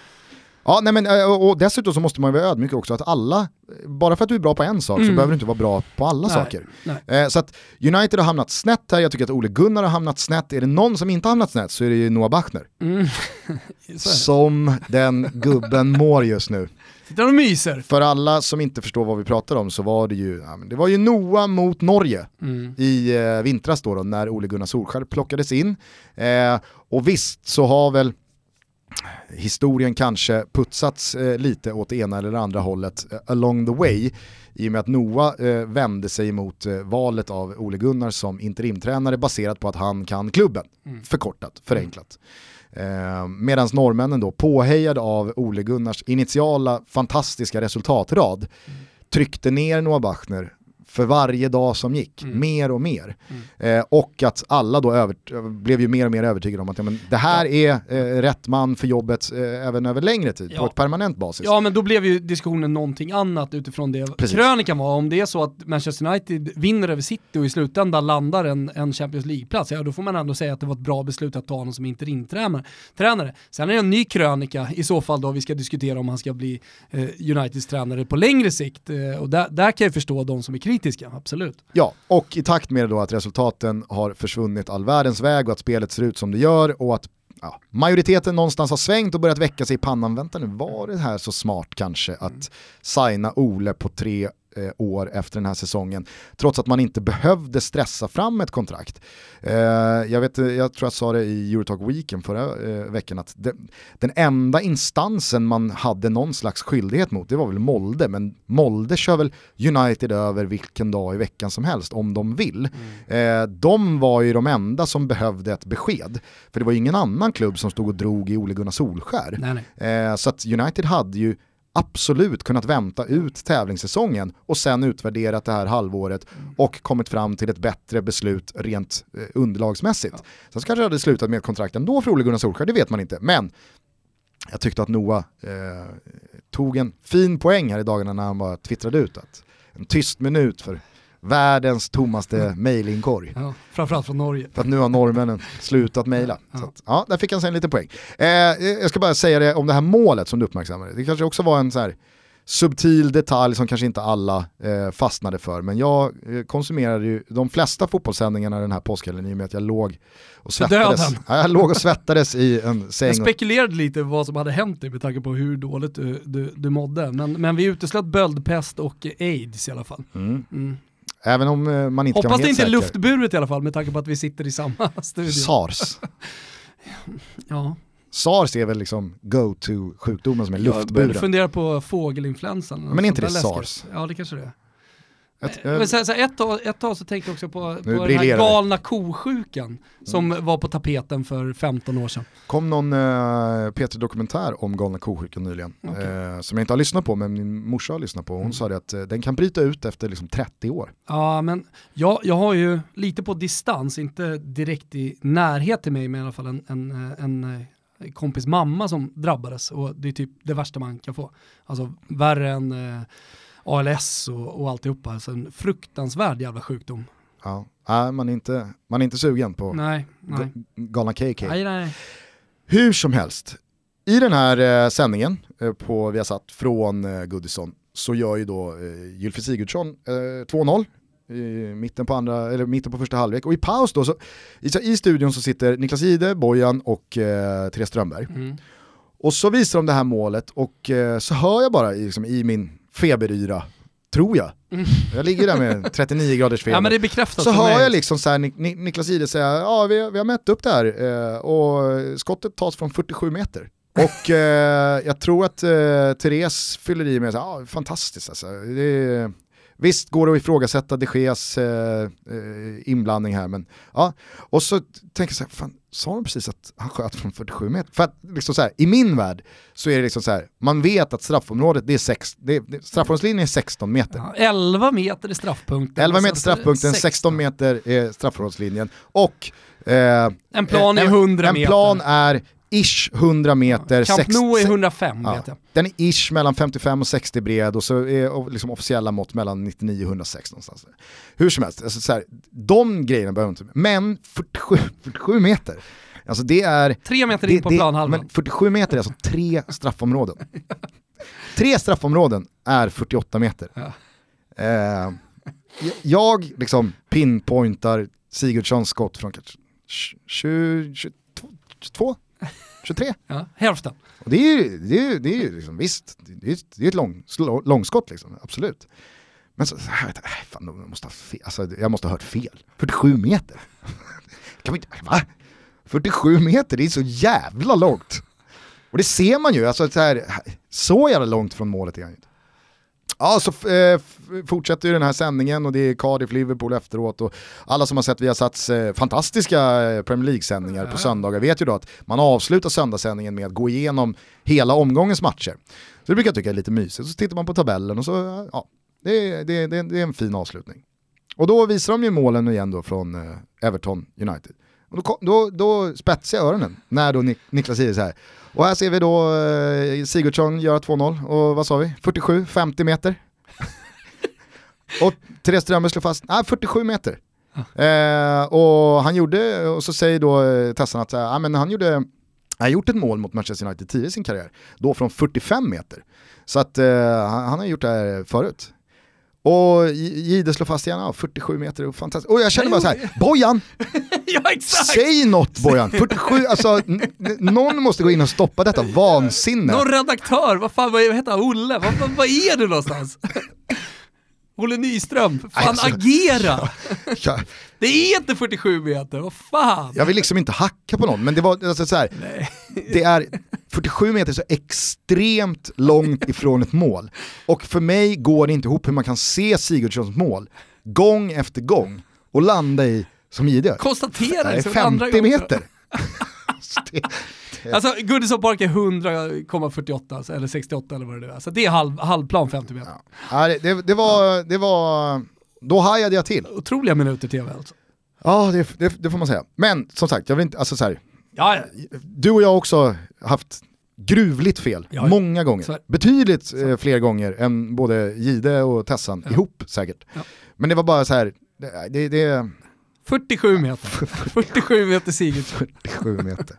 Ja, nej men, och dessutom så måste man vara ödmjuk också att alla, bara för att du är bra på en sak mm. så behöver du inte vara bra på alla nej, saker. Nej. Eh, så att United har hamnat snett här, jag tycker att Ole Gunnar har hamnat snett. Är det någon som inte har hamnat snett så är det ju Noah Bachner. Mm. Som den gubben mår just nu. Sitter och myser. För alla som inte förstår vad vi pratar om så var det ju, ja, det var ju Noah mot Norge mm. i eh, vintras då, då när Ole Gunnar Solskjær plockades in. Eh, och visst så har väl historien kanske putsats eh, lite åt det ena eller det andra hållet eh, along the way i och med att Noah eh, vände sig mot eh, valet av Ole Gunnar som interimtränare baserat på att han kan klubben, mm. förkortat, förenklat. Eh, Medan norrmännen då, påhejade av Ole Gunnars initiala fantastiska resultatrad, mm. tryckte ner Noah Bachner för varje dag som gick, mm. mer och mer. Mm. Eh, och att alla då över, blev ju mer och mer övertygade om att ja, men det här ja. är eh, rätt man för jobbet eh, även över längre tid, ja. på ett permanent basis. Ja, men då blev ju diskussionen någonting annat utifrån det. Precis. Krönikan var, om det är så att Manchester United vinner över City och i slutändan landar en, en Champions League-plats, ja, då får man ändå säga att det var ett bra beslut att ta honom som interimtränare. Sen är det en ny krönika i så fall då vi ska diskutera om han ska bli eh, Uniteds tränare på längre sikt. Eh, och där, där kan jag förstå de som är kritiska. Absolut. Ja, och i takt med då att resultaten har försvunnit all världens väg och att spelet ser ut som det gör och att ja, majoriteten någonstans har svängt och börjat väcka sig i pannan. Vänta nu, var det här så smart kanske att signa Ole på tre eh, år efter den här säsongen, trots att man inte behövde stressa fram ett kontrakt. Eh, jag, vet, jag tror jag sa det i Eurotalk Weekend förra eh, veckan att det, den enda instansen man hade någon slags skyldighet mot, det var väl Molde, men Molde kör väl United över vilken dag i veckan som helst om de vill. Mm. Eh, de var ju de enda som behövde ett besked, för det var ingen annan klubb som stod och drog i Ole Gunnar Solskär. Nej, nej. Eh, så att United hade ju absolut kunnat vänta ut tävlingssäsongen och sen utvärderat det här halvåret och kommit fram till ett bättre beslut rent eh, underlagsmässigt. Ja. Sen så kanske det hade slutat med kontrakten då för Ole Gunnar Solskär, det vet man inte. Men jag tyckte att Noah eh, tog en fin poäng här i dagarna när han bara twittrade ut att en tyst minut för världens tommaste mm. mejlinkorg. Ja, framförallt från Norge. För att nu har norrmännen slutat mejla. Ja. Så att, ja, där fick han sig en liten poäng. Eh, jag ska bara säga det om det här målet som du uppmärksammade. Det kanske också var en så här subtil detalj som kanske inte alla eh, fastnade för. Men jag eh, konsumerade ju de flesta fotbollssändningarna den här påskhelgen i och med att jag låg och svettades. Ja, jag låg och svettades i en säng. Jag spekulerade lite vad som hade hänt med tanke på hur dåligt du, du, du mådde. Men, men vi uteslöt böldpest och aids i alla fall. Mm. Mm. Även om man inte hoppas kan vara det inte är säker. luftburet i alla fall med tanke på att vi sitter i samma studio. SARS. Ja. SARS är väl liksom go-to-sjukdomen som är luftburen. Jag funderar på fågelinfluensan. Men är inte det SARS? Ja, det kanske det är. Ett, Men så, så ett, tag, ett tag så tänkte jag också på, på den här galna kosjukan som mm. var på tapeten för femton år sedan. Kom någon uh, P tre-dokumentär om galna kosjukan nyligen okay. uh, som jag inte har lyssnat på, men min morsa har lyssnat på. Hon mm. sa det att uh, den kan bryta ut efter liksom trettio år. Ja, men jag, jag har ju lite på distans, inte direkt i närhet till mig, men i alla fall en, en, en, en kompis mamma som drabbades, och det är typ det värsta man kan få. Alltså värre än uh, A L S och, och alltihopa. Alltså en fruktansvärd jävla sjukdom. Ja, äh, man, är inte, man är inte sugen på nej, nej. galna K K. Nej, nej. Hur som helst, i den här eh, sändningen eh, på Viasat från eh, Goodison så gör ju då eh, Gylfi Sigurdsson eh, två noll i mitten på, andra, eller mitten på första halvlek. Och i paus då, så, i, i studion så sitter Niklas Ide, Bojan och eh, Therese Strömberg. Mm. Och så visar de det här målet och eh, så hör jag bara liksom, i min feberyra, tror jag. Mm. Jag ligger där med trettionio graders feber. Ja, men det bekräftas. Så hör jag liksom så här, Nik- Niklas Ide säga, ja vi, vi har mätt upp det här eh, och skottet tas från fyrtiosju meter. Och eh, jag tror att eh, Therese fyller i med, ja fantastiskt alltså. Det är, visst går det att ifrågasätta De Geas eh, eh, inblandning här, men ja. Och så tänker jag så här, fan, sa de precis att han sköt från fyrtiosju meter? För att liksom så här, i min värld så är det liksom så här, man vet att straffområdet, det är sex, det är, straffområdeslinjen är sexton meter. Ja, elva meter är straffpunkten. elva meter straffpunkten, sexton. sexton meter är straffområdeslinjen. Och eh, en plan är hundra meter. En plan är ish hundra meter. Ja, Camp Nou är hundrafem ja, vet jag. Den är ish mellan femtiofem och sextio bred och så är liksom officiella mått mellan nittionio och hundrasex någonstans. Hur som helst, alltså så här, de grejerna behöver inte. Men fyrtiosju, fyrtiosju meter. Alltså det är tre meter in det, på det, planhalvan. Men fyrtiosju meter är alltså tre straffområden. Tre straffområden är fyrtioåtta meter. Ja. Eh, jag liksom pinpointar Sigurdssons skott från kanske tjugo, tjugotvå, tjugotre. Ja, hälften. Och det är ju, det är ju, det är ju liksom, visst, det är, det är ett lång, långskott liksom, absolut. Men så, fan, jag måste ha fel, alltså, jag måste ha hört fel. fyrtiosju meter. Kan vi inte, va? fyrtiosju meter, det är så jävla långt. Och det ser man ju, alltså så här, så jävla långt från målet är han ju. Ja, så eh, fortsätter ju den här sändningen och det är Cardiff, Liverpool efteråt och alla som har sett Viasats eh, fantastiska Premier League-sändningar ja. på söndagar vet ju då att man avslutar söndagssändningen med att gå igenom hela omgångens matcher. Så det brukar jag tycka är lite mysigt. Så tittar man på tabellen och så, ja, det är, det, det, det är en fin avslutning. Och då visar de ju målen igen då från eh, Everton United. Och då, då, då spetsar jag öronen när då Nik- Niklas säger så här. Och här ser vi då eh, Sigurdsson göra två noll och vad sa vi? fyrtiosju, femtio meter. Och Therese Strömberg slår fast, nej fyrtiosju meter. Ah. Eh, och han gjorde, och så säger då eh, Tessan att ah, men han gjorde, han har gjort ett mål mot Manchester United tidigare i sin karriär. Då från fyrtiofem meter. Så att eh, han, han har gjort det här förut. Och Gide slår fast igen, ja, fyrtiosju meter, fantastiskt. Och jag känner bara så här, Bojan! Ja, exakt. Säg något Bojan, fyrtiosju, alltså n- n- någon måste gå in och stoppa detta vansinne. Någon redaktör, vad fan, vad heter han, Olle? Vad, vad, vad är du någonstans? Olle Nyström, fan alltså, agera! Ja, Det är inte fyrtiosju meter, vad fan? jag vill liksom inte hacka på någon, men det var alltså, så här, det är fyrtiosju meter så extremt långt ifrån ett mål. Och för mig går det inte ihop hur man kan se Sigurdssons mål gång efter gång och landa i som Ide. Konstatera det är så femtio meter. det, det. Alltså Goodison Park är hundra komma fyrtioåtta eller sextioåtta eller vad det är. Alltså, det är halv, halvplan femtio meter. Ja. Ja, det, det, var, det var, då hajade jag till. Otroliga minuter tv alltså. Ja, det, det, det får man säga. Men som sagt, jag vill inte, alltså så här, Ja, ja. du och jag har också haft gruvligt fel, Ja, många gånger. så. Betydligt eh, fler gånger än både Gide och Tessan Ja. ihop säkert. Ja. Men det var bara så här, det, det, det fyrtiosju meter. fyrtiosju meter Sigurdsson. fyrtiosju meter.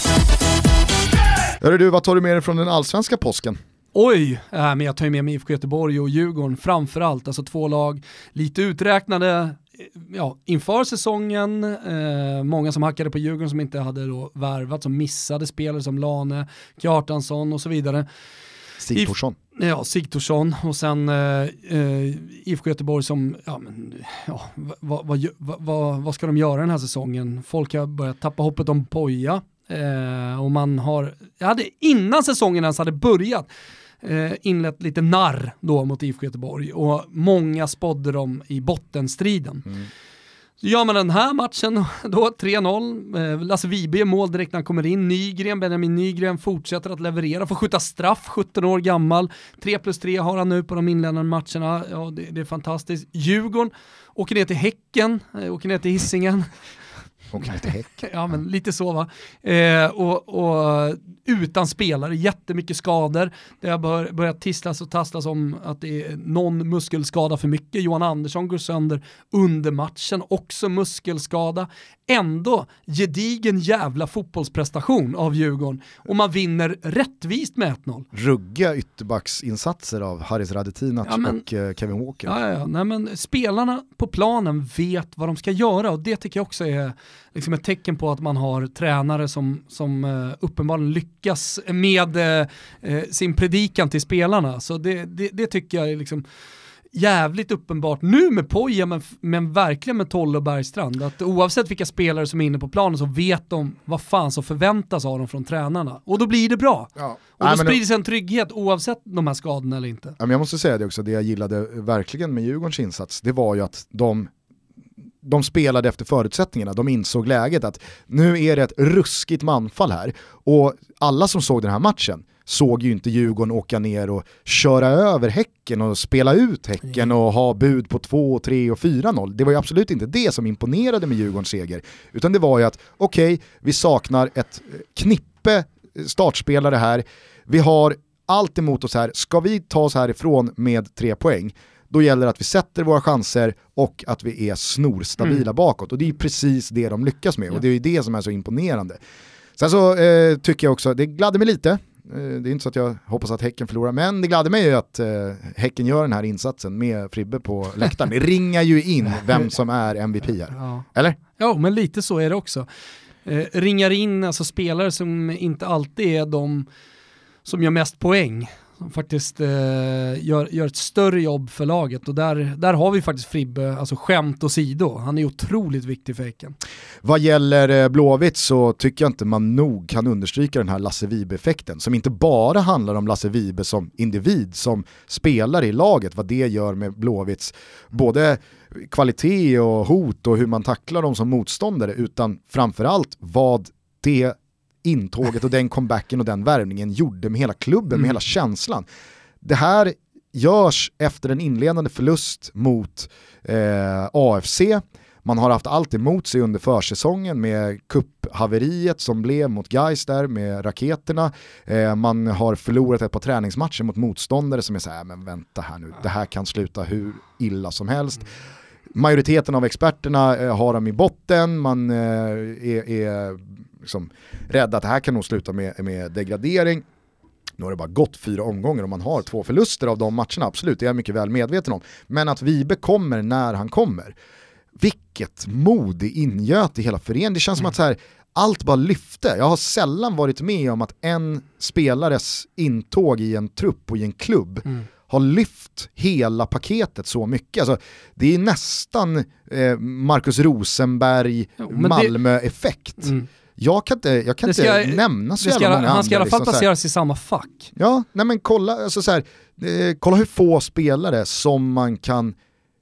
Hörru du, vad tar du med dig från den allsvenska påsken? Oj, äh, men jag tar ju med mig I F K Göteborg och Djurgården framförallt. Alltså två lag lite uträknade ja, inför säsongen. Eh, många som hackade på Djurgården som inte hade då värvat, som missade spelare som Lane, Kjartansson och så vidare. Stig Thorsson. Ja, Sigthorsson och sen eh, eh, I F K Göteborg som, ja men, ja, vad, vad, vad, vad, vad ska de göra den här säsongen? Folk har börjat tappa hoppet om Poja eh, och man har, jag hade innan säsongen ens hade börjat eh, inlett lite narr då mot I F K Göteborg och många spådde dem i bottenstriden. Mm. Så gör man den här matchen då tre noll, eh, Lasse Vibe mål direkt när han kommer in, Nygren, Benjamin Nygren fortsätter att leverera, får skjuta straff, sjutton år gammal, tre plus tre har han nu på de inledande matcherna, ja det, det är fantastiskt. Djurgården åker ner till Häcken, eh, åker ner till Hisingen. Åker ner till Häcken. Ja men lite så va. Eh, och, och utan spelare, jättemycket skador. Det har bör, börjat tisslas och tasslas om att det är någon muskelskada för mycket. Johan Andersson går sönder under matchen, också muskelskada. Ändå gedigen jävla fotbollsprestation av Djurgården. Och man vinner rättvist med ett noll. Rugga ytterbacksinsatser av Haris Radetinac ja, men, och uh, Kevin Walker. Ja, ja, nej, men spelarna på planen vet vad de ska göra och det tycker jag också är liksom ett tecken på att man har tränare som, som uh, uppenbarligen lyckas med uh, uh, sin predikan till spelarna. Så det, det, det tycker jag är liksom jävligt uppenbart nu med Poja men, men verkligen med Tolle och Bergstrand att oavsett vilka spelare som är inne på planen så vet de vad fan som förväntas av dem från tränarna och då blir det bra ja. och då Nej, sprider det... sig en trygghet oavsett de här skadorna eller inte. Ja, men jag måste säga det också, det jag gillade verkligen med Djurgårdens insats det var ju att de de spelade efter förutsättningarna, de insåg läget att nu är det ett ruskigt manfall här och alla som såg den här matchen såg ju inte Djurgården åka ner och köra över Häcken och spela ut Häcken och ha bud på två, tre och fyra noll. Det var ju absolut inte det som imponerade med Djurgårdens seger. Utan det var ju att okej, okay, vi saknar ett knippe startspelare här. Vi har allt emot oss här. Ska vi ta oss härifrån med tre poäng, då gäller det att vi sätter våra chanser och att vi är snorstabila mm. bakåt. Och det är precis det de lyckas med. Ja. Och det är ju det som är så imponerande. Sen så eh, tycker jag också, det gladde mig lite. Det är inte så att jag hoppas att Häcken förlorar, men det gladde mig ju att eh, Häcken gör den här insatsen med Fribbe på läktaren. Det ringar ju in vem som är M V P här. Ja. Eller? Ja, men lite så är det också. Eh, ringar in alltså spelare som inte alltid är de som gör mest poäng. Som faktiskt eh, gör, gör ett större jobb för laget och där, där har vi faktiskt Fribbe, alltså skämt åsido. Han är otroligt viktig för Häcken. Vad gäller eh, Blåvitt så tycker jag inte man nog kan understryka den här Lasse Vibe-effekten som inte bara handlar om Lasse Vibe som individ, som spelare i laget, vad det gör med Blåvitts både kvalitet och hot och hur man tacklar dem som motståndare, utan framförallt vad det intåget och den comebacken och den värvningen gjorde med hela klubben, mm. med hela känslan. Det här görs efter en inledande förlust mot eh, A F C. Man har haft allt emot sig under försäsongen med kupphaveriet som blev mot Gais där med raketerna. Eh, man har förlorat ett par träningsmatcher mot motståndare som är så här, men vänta här nu, det här kan sluta hur illa som helst. Majoriteten av experterna eh, har dem i botten, man eh, är, är liksom rädd att det här kan nog sluta med, med degradering. Nu har det bara gått fyra omgångar och man har två förluster av de matcherna, absolut, det är jag mycket väl medveten om. Men att Vibe kommer när han kommer, vilket mod det ingöt i hela föreningen. Det känns mm. som att så här, allt bara lyfte. Jag har sällan varit med om att en spelares intåg i en trupp och i en klubb mm. har lyft hela paketet så mycket. Alltså, det är nästan eh, Marcus Rosenberg jo, Malmö-effekt. Det... Mm. Jag kan inte, jag kan ska, inte nämna så jävla många andra. Han ska i alla fall liksom, placeras i samma fack. Ja, nej men kolla, alltså, så här, eh, kolla hur få spelare som man kan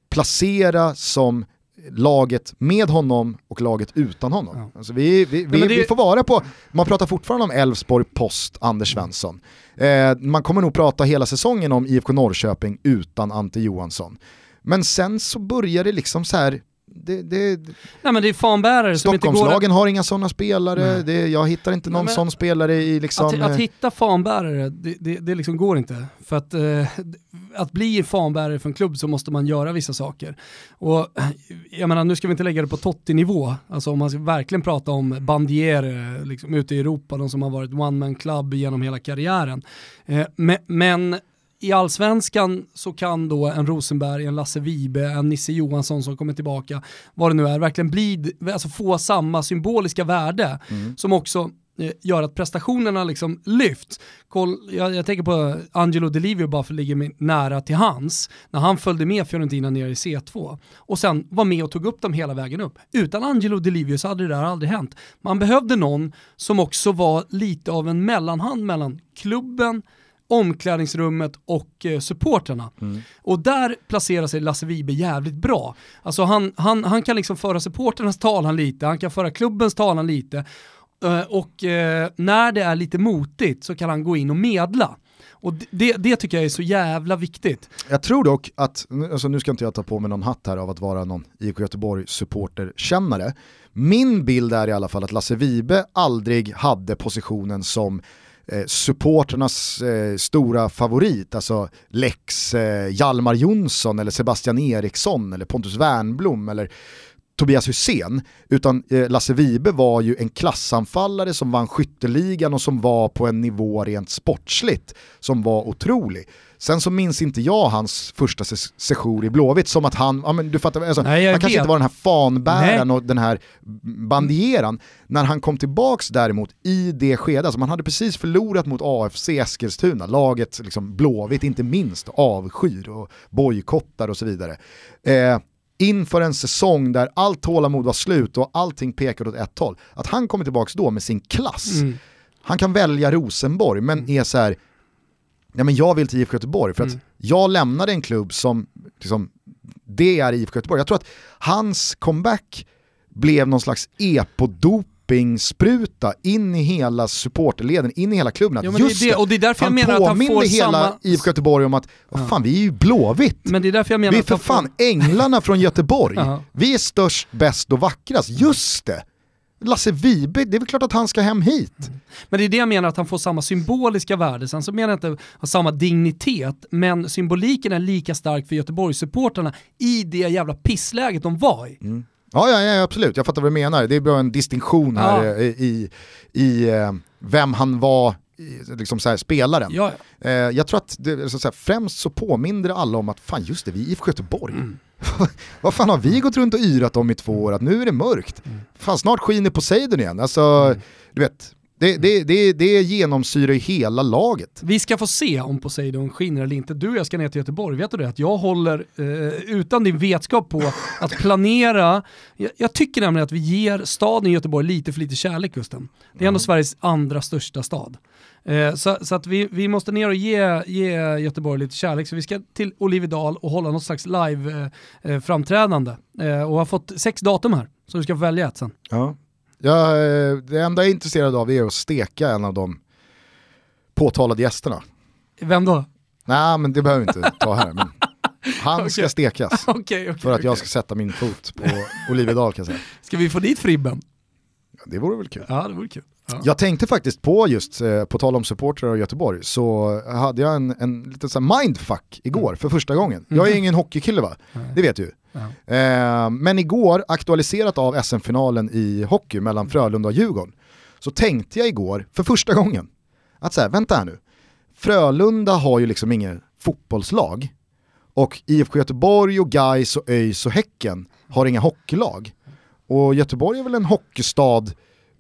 placera som laget med honom och laget utan honom. Ja. Alltså vi, vi, vi, det... vi får vara på, man pratar fortfarande om Elfsborg post Anders Svensson. Eh, man kommer nog prata hela säsongen om I F K Norrköping utan Ante Johansson. Men sen så börjar det liksom så här. Det, det, Nej, men det är fanbärare som inte går... Stockholmslagen har inga sådana spelare. Det, jag hittar inte någon Nej, sån spelare i liksom... Att, att hitta fanbärare, det, det, det liksom går inte. För att, eh, att bli fanbärare för en klubb så måste man göra vissa saker. Och jag menar, nu ska vi inte lägga det på Totti-nivå. Alltså om man ska verkligen prata om bandierare liksom, ute i Europa, de som har varit one-man club genom hela karriären. Eh, men... men i allsvenskan så kan då en Rosenberg, en Lasse Vibe, en Nisse Johansson som kommer tillbaka, vad det nu är, verkligen bli, alltså få samma symboliska värde mm. som också eh, gör att prestationerna liksom lyfts. Koll, jag, jag tänker på Angelo Delivio bara för att ligga nära till hans, när han följde med Fiorentina ner i C två och sen var med och tog upp dem hela vägen upp. Utan Angelo Delivio så hade det där aldrig hänt. Man behövde någon som också var lite av en mellanhand mellan klubben, omklädningsrummet och eh, supporterna. Mm. Och där placerar sig Lasse Vibe jävligt bra. Alltså han, han, han kan liksom föra supporternas talan lite, han kan föra klubbens talan lite uh, och uh, när det är lite motigt så kan han gå in och medla. Och det, det tycker jag är så jävla viktigt. Jag tror dock att, alltså nu ska inte jag ta på mig någon hatt här av att vara någon I F K Göteborg supporterkännare. Min bild är i alla fall att Lasse Vibe aldrig hade positionen som Eh, supporternas eh, stora favorit, alltså Lex eh, Hjalmar Jonsson eller Sebastian Eriksson eller Pontus Wernblom eller Tobias Hussein, utan eh, Lasse Vibe var ju en klassanfallare som vann skytteligan och som var på en nivå rent sportsligt som var otrolig. Sen så minns inte jag hans första ses- session i Blåvitt som att han, ja men du fattar, alltså, Nej, han kanske inte var den här fanbäraren Nej. och den här bandieran. När han kom tillbaks däremot i det skedet, alltså man hade precis förlorat mot A F C Eskilstuna, laget liksom Blåvitt inte minst, avskyr och bojkottar och så vidare. Eh, inför en säsong där allt tålamod var slut och allting pekade åt ett håll, att han kommer tillbaks då med sin klass. Mm. Han kan välja Rosenborg men är så här, ja men jag vill till I F K Göteborg för att mm. jag lämnade en klubb som liksom, det är I F K Göteborg. Jag tror att hans comeback blev någon slags epodoping-spruta in i hela supporterleden, in i hela klubben. Ja, just det, det, och det är därför jag menar att han får hela samma... I F K Göteborg om att, vad fan, vi är ju Blåvitt. Men det är därför jag menar vi är för fan får... änglarna från Göteborg. Vi är störst, bäst och vackrast. Just det. Lasse Vibe, det är väl klart att han ska hem hit. Mm. Men det är det jag menar, att han får samma symboliska värde. Sen så menar jag inte ha samma dignitet, men symboliken är lika stark för Göteborgssupporterna i det jävla pissläget de var i. Mm. Ja, ja, ja, absolut. Jag fattar vad du menar. Det är bra en distinktion här ja. i, i, i eh, vem han var, liksom så här, spelaren. Ja. Eh, jag tror att det, så här, främst så påminner alla om att fan just det, vi är I F K Göteborg. Mm. Vad fan har vi gått runt och yrat om i två år? Att nu är det mörkt. Mm. Fan, snart skiner Poseidon igen. Alltså, mm. du vet, det, det, det, det genomsyrar ju hela laget. Vi ska få se om Poseidon skiner eller inte. Du och jag ska ner till Göteborg. Vet du det? Att jag håller, eh, utan din vetskap på att planera. Jag, jag tycker nämligen att vi ger staden Göteborg lite för lite kärlek, Gusten. Det är ändå mm. Sveriges andra största stad. Eh, så, så att vi, vi måste ner och ge, ge Göteborg lite kärlek. Så vi ska till Olivedal och hålla något slags live-framträdande. Eh, eh, och har fått sex datum här. Så du ska få välja ett sen. Ja. Ja, det enda jag är intresserad av är att steka en av de påtalade gästerna. Vem då? Nej, men det behöver vi inte ta här. Men han okay. ska stekas okay, okay, för att okay. jag ska sätta min fot på Olivedal, kan jag säga. Ska vi få dit Fribben? Ja, det vore väl kul. Ja, det vore kul. Ja. Jag tänkte faktiskt på just, eh, på tal om supportrar i Göteborg, så hade jag en, en liten sån här mindfuck igår mm. för första gången. Jag är ingen hockeykille, va? Mm. Det vet du ju. Mm. Eh, men igår, aktualiserat av S M-finalen i hockey mellan Frölunda och Djurgården, så tänkte jag igår för första gången att så här, vänta här nu. Frölunda har ju liksom ingen fotbollslag och I F K Göteborg och Gais och ÖIS och Häcken har inga hockeylag. Och Göteborg är väl en hockeystad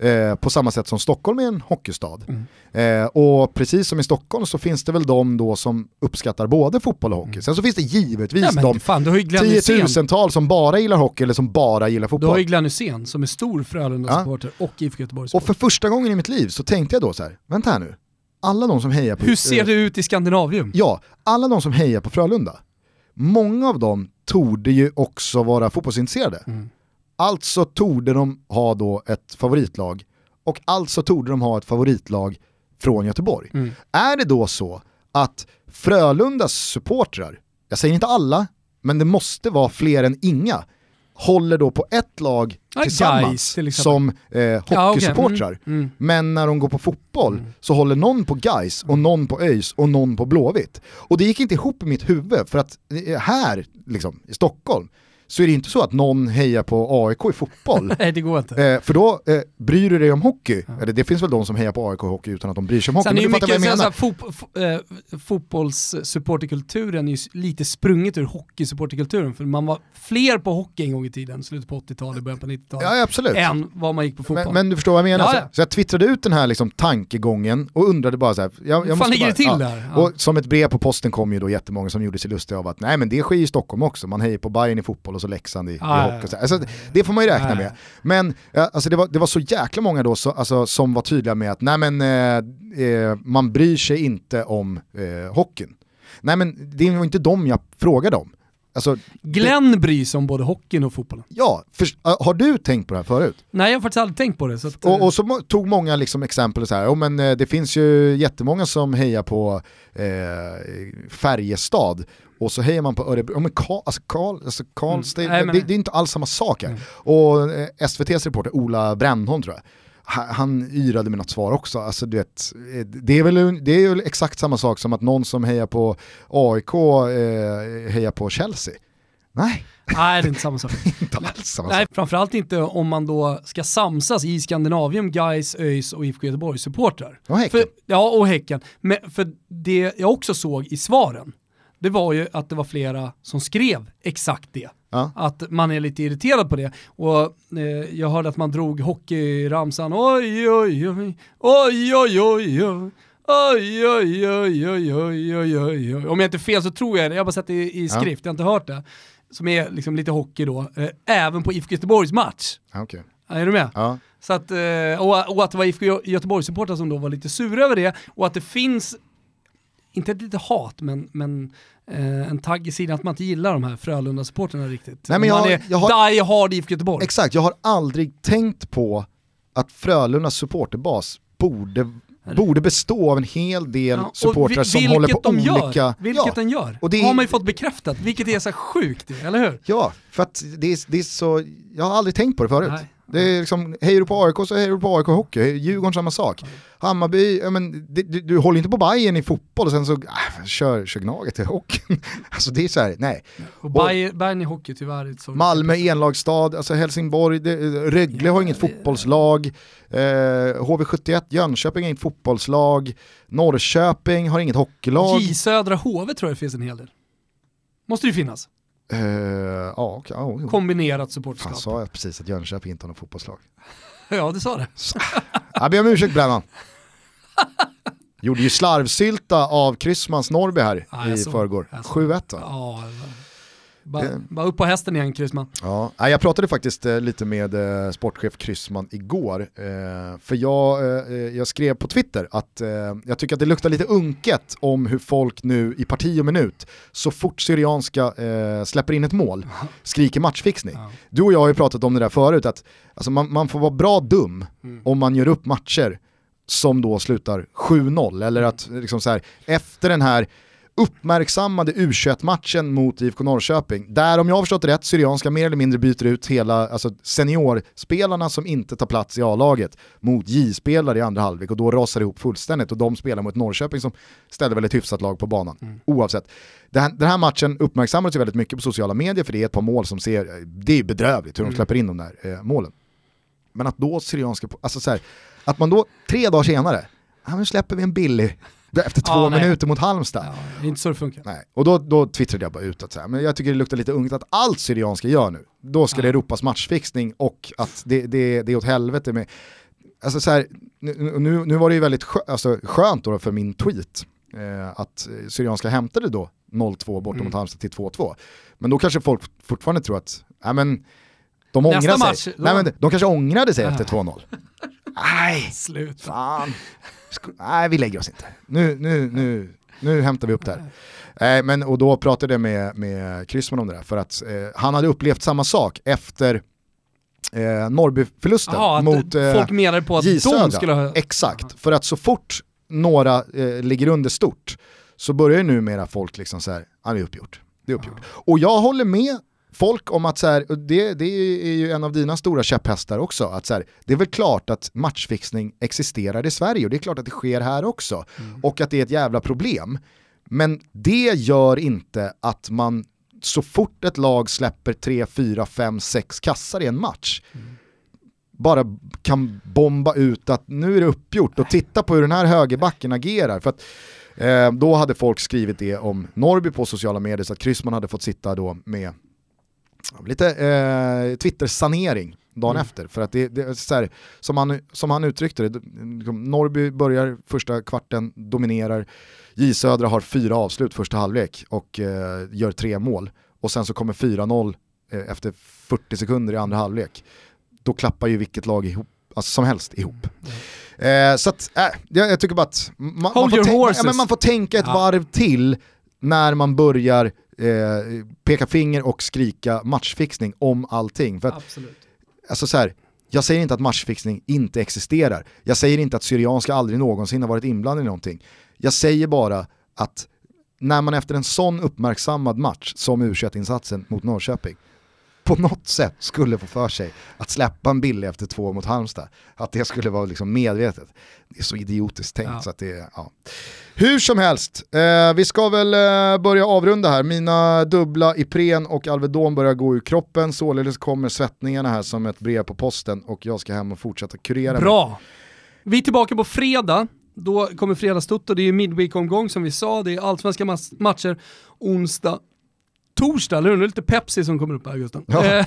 Eh, på samma sätt som Stockholm är en hockeystad. Mm. Eh, och precis som i Stockholm så finns det väl de då som uppskattar både fotboll och hockey. Mm. Sen så finns det givetvis ja, de fan, tiotusentals som bara gillar hockey eller som bara gillar fotboll. Du har ju Glenn Hysén som är stor Frölunda-supporter ja. och I F K Göteborg. Och för första gången i mitt liv så tänkte jag då så här, vänta här nu. Alla de som hejar på... Hur ser det ut i Skandinavium? Ja, alla de som hejar på Frölunda. Många av dem torde ju också vara fotbollsintresserade. Mm. Alltså torde de ha då ett favoritlag och alltså torde de ha ett favoritlag från Göteborg. Mm. Är det då så att Frölundas supportrar, jag säger inte alla, men det måste vara fler än inga, håller då på ett lag ah, tillsammans guys, som eh, hockeysupportrar. Ja, okay. mm, mm. Men när de går på fotboll mm. så håller någon på Gais och någon på ÖIS och någon på Blåvitt. Och det gick inte ihop i mitt huvud för att här liksom, i Stockholm så är det inte så att någon hejar på A I K i fotboll. Nej, det går inte. Eh, för då eh, bryr du dig om hockey. Ja. Eller det finns väl de som hejar på A I K i hockey utan att de bryr sig om hockey. Sen är men ju mycket så här, fot, eh, fotbollssupporterkulturen är ju lite sprunget ur hockeysupporterkulturen. För man var fler på hockey en gång i tiden, slutet på åttiotalet, början på nittiotalet. Ja, absolut. Än vad man gick på fotboll. Men, men du förstår vad jag menar. Ja, ja. Så jag twittrade ut den här liksom, tankegången och undrade bara så här. Jag, jag fan ligger bara, det till ja. där? Ja. Och som ett brev på posten kom ju då jättemånga som gjorde sig lustiga av att nej men det sker i Stockholm också. Man hejar på Bayern i fotboll och så Leksand i, ja, i hockey. Alltså, det får man ju räkna nej. med. Men alltså, det, var, det var så jäkla många då så, alltså, som var tydliga med att nej, men, eh, eh, man bryr sig inte om eh, hockeyn. Nej men det var inte dem jag frågade om. Alltså, Glenn det... bryr sig om både hockeyn och fotbollen. Ja, för, har du tänkt på det här förut? Nej, jag har faktiskt aldrig tänkt på det. Så att, och, och så tog många liksom exempel så här, oh, men det finns ju jättemånga som hejar på eh, Färjestad och så hejar man på Örebro, oh, men Karl, alltså Karl, alltså Karlstad, mm. det, det är inte alls samma sak här. Mm. Och eh, S V T:s reporter Ola Brännholm tror jag, han yrade med något svar också. Alltså, du vet, det, är väl, det är väl exakt samma sak som att någon som hejar på A I K eh, hejar på Chelsea. Nej. Nej, det är inte samma sak. inte alls samma Nej, sak. Framförallt inte om man då ska samsas i Skandinavium, Gais, ÖIS och I F K Göteborg supportrar. Och Häcken. För, ja, och Häcken. Men för det jag också såg i svaren, det var ju att det var flera som skrev exakt det. Ja. Att man är lite irriterad på det. Och eh, jag hörde att man drog hockeyramsan. Oj, oj, oj, oj, oj, oj, oj. Oj, oj, oj, oj, oj, oj, oj, oj. Om jag inte är fel så tror jag det. Jag har bara sett det i, i skrift, ja. Jag har inte hört det. Som är liksom lite hockey då. Eh, även på I F K Göteborgs match. Okay. Är du med? Ja. Så att, eh, och, och att det var I F K Göteborgs-supportrar som då var lite sura över det. Och att det finns, inte lite hat, men, men eh, en tagg i sidan att man inte gillar de här Frölunda-supporterna riktigt. Nej, men jag, man är jag har, die hard i I F K Göteborg. Exakt, jag har aldrig tänkt på att Frölundas supporterbas borde borde bestå av en hel del ja, supportrar som håller på de olika... Gör, vilket ja. den gör. Och det har man ju fått bekräftat, vilket är så sjukt, eller hur? Ja, för att det är, det är så... Jag har aldrig tänkt på det förut. Nej. Det är liksom, hejar du på A I K så hejar du på A I K hockey. Djurgården samma sak. Mm. Hammarby, ja, men, det, du, du håller inte på Bayern i fotboll och sen så äh, kör, kör Gnaget i hockey. Alltså det är så här, nej. Och Bayern, Bayern i hockey tyvärr. Så Malmö, enlagstad, alltså Helsingborg, det, Rögle har inget fotbollslag. Eh, H V sjuttioett, Jönköping har inget fotbollslag. Norrköping har inget hockeylag. J Södra H V tror jag det finns en hel del. Måste det finnas. Uh, ja, okay, oh, kombinerat supportskap. Fan, sa jag precis att Jönköping inte har något fotbollslag? Ja, det sa det. Jag ber om ursäkt, Brännan. Gjorde ju slarvsylta av Kryssmans Norrby här ja, i så, förrgår. sju ett va? Ja, bara, eh. bara upp på hästen igen, Kryssman. Ja, jag pratade faktiskt eh, lite med eh, sportchef Kryssman igår. Eh, för jag, eh, jag skrev på Twitter att eh, jag tycker att det luktar lite unket om hur folk nu i parti och minut så fort Syrianska eh, släpper in ett mål skriker matchfixning. Ja. Du och jag har ju pratat om det där förut att alltså, man, man får vara bra dum mm. om man gör upp matcher som då slutar sju noll eller att liksom så här, efter den här uppmärksammade U tjugoett-matchen mot I F K Norrköping, där om jag har förstått rätt Syrianska mer eller mindre byter ut hela alltså seniorspelarna som inte tar plats i A-laget mot J-spelare i andra halvlek och då rasar det ihop fullständigt och de spelar mot Norrköping som ställer väl ett hyfsat lag på banan. Mm. Oavsett. Den här, den här matchen uppmärksammades ju väldigt mycket på sociala medier för det är ett par mål som ser, det är bedrövligt hur de släpper in de där eh, målen. Men att då Syrianska, alltså så här, att man då tre dagar senare, ja, nu släpper vi en billig efter två ah, minuter mot Halmstad. Ja, det är inte så det funkar. Nej. Och då, då twittrade jag bara ut att så här, men jag tycker det luktar lite ungt att allt Syrianska gör nu, då ska ja. det ropas matchfixning och att det, det, det är åt helvete med alltså så här, nu, nu, nu var det ju väldigt skö, alltså, skönt då för min tweet eh, att Syrianska hämtade då noll två bortom mm. mot Halmstad till två två. Men då kanske folk fortfarande tror att ja, men, de ångrar sig. Match, Nej, men, de kanske ångrade sig äh. efter två noll. Nej, slut. Fan. Nej, vi lägger oss inte. Nu, nu, nu, nu hämtar vi upp det här. Eh, men, och då pratade jag med, med Kryssman om det där. För att eh, han hade upplevt samma sak efter eh, Norrby-förlusten. Aha, mot eh, folk menade på att J-Södra. de skulle ha... Exakt, Aha. För att så fort några eh, ligger under stort så börjar ju numera folk liksom så här, ja, det är uppgjort. Det är uppgjort. Aha. Och jag håller med folk om att så här, det, det är ju en av dina stora käpphästar också, att så här, det är väl klart att matchfixning existerar i Sverige och det är klart att det sker här också mm. och att det är ett jävla problem. Men det gör inte att man så fort ett lag släpper tre, fyra, fem, sex kassar i en match mm. bara kan bomba ut att nu är det uppgjort och titta på hur den här högerbacken agerar. För att eh, då hade folk skrivit det om Norrby på sociala medier så att Kryssman hade fått sitta då med lite eh, Twitter-sanering dagen mm. efter. För att det, det är så här, som, han, som han uttryckte det, Norrby börjar första kvarten, dominerar, J-Södra har fyra avslut första halvlek och eh, gör tre mål. Och sen så kommer fyra noll eh, efter fyrtio sekunder i andra halvlek. Då klappar ju vilket lag ihop, alltså som helst ihop. Mm. Eh, så att, äh, jag, jag tycker bara att man, man, får, tänka, ja, men man får tänka ett ja. varv till när man börjar Eh, peka finger och skrika matchfixning om allting. För att, absolut. Alltså så här, jag säger inte att matchfixning inte existerar. Jag säger inte att Syrianska aldrig någonsin har varit inblandad i någonting. Jag säger bara att när man efter en sån uppmärksammad match som U tjugoett-insatsen mot Norrköping på något sätt skulle få för sig att släppa en billig efter två mot Halmstad, att det skulle vara liksom medvetet. Det är så idiotiskt tänkt ja. så att det ja. Hur som helst, eh, vi ska väl eh, börja avrunda här. Mina dubbla Ipren och Alvedon börjar gå ur kroppen, således kommer svettningarna här som ett brev på posten och jag ska hem och fortsätta kurera. Bra. Mig. Vi är tillbaka på fredag. Då kommer fredagsstutt och det är midweek-omgång som vi sa. Det är allsvenska mas- matcher onsdag, torsdag, eller hur? Det är lite Pepsi som kommer upp här, Gustav. Ja.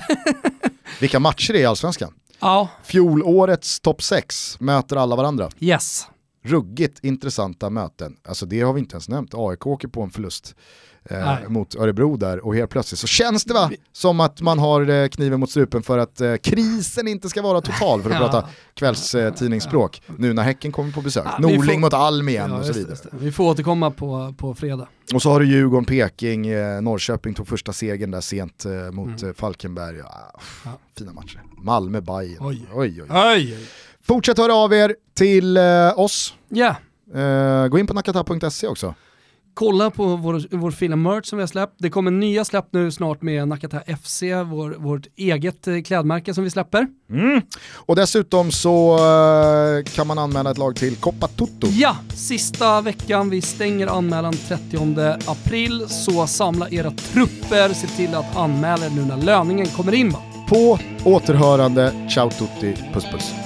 Vilka matcher det är i allsvenskan? Ja. Fjolårets topp sex möter alla varandra. Yes. Ruggigt intressanta möten. Alltså det har vi inte ens nämnt. A I K åker på en förlust eh, mot Örebro där och helt plötsligt så känns det va vi... som att man har eh, kniven mot strupen för att eh, krisen inte ska vara total för att ja. prata kvällstidningsspråk eh, nu när Häcken kommer på besök. Ja, Norling får... mot Alm igen ja, och så vidare. Just, just vi får återkomma på, på fredag. Och så har du Djurgården, Peking, eh, Norrköping tog första segern där sent eh, mot mm. eh, Falkenberg. Ja, ja. Fina matcher. Malmö, Bayern. Oj. Oj, oj. Oj, oj. Fortsätt höra av er till eh, oss. Ja. Yeah. Uh, gå in på nakata punkt se också. Kolla på vår, vår fina merch som vi har släppt. Det kommer nya släpp nu snart med Nakata F C, vår, vårt eget eh, klädmärke som vi släpper. Mm. Och dessutom så uh, kan man anmäla ett lag till Coppa Tutto. Ja, sista veckan. Vi stänger anmälan trettionde april. Så samla era trupper. Se till att anmäla nu när löningen kommer in. Va? På återhörande. Ciao tutti. Puss puss.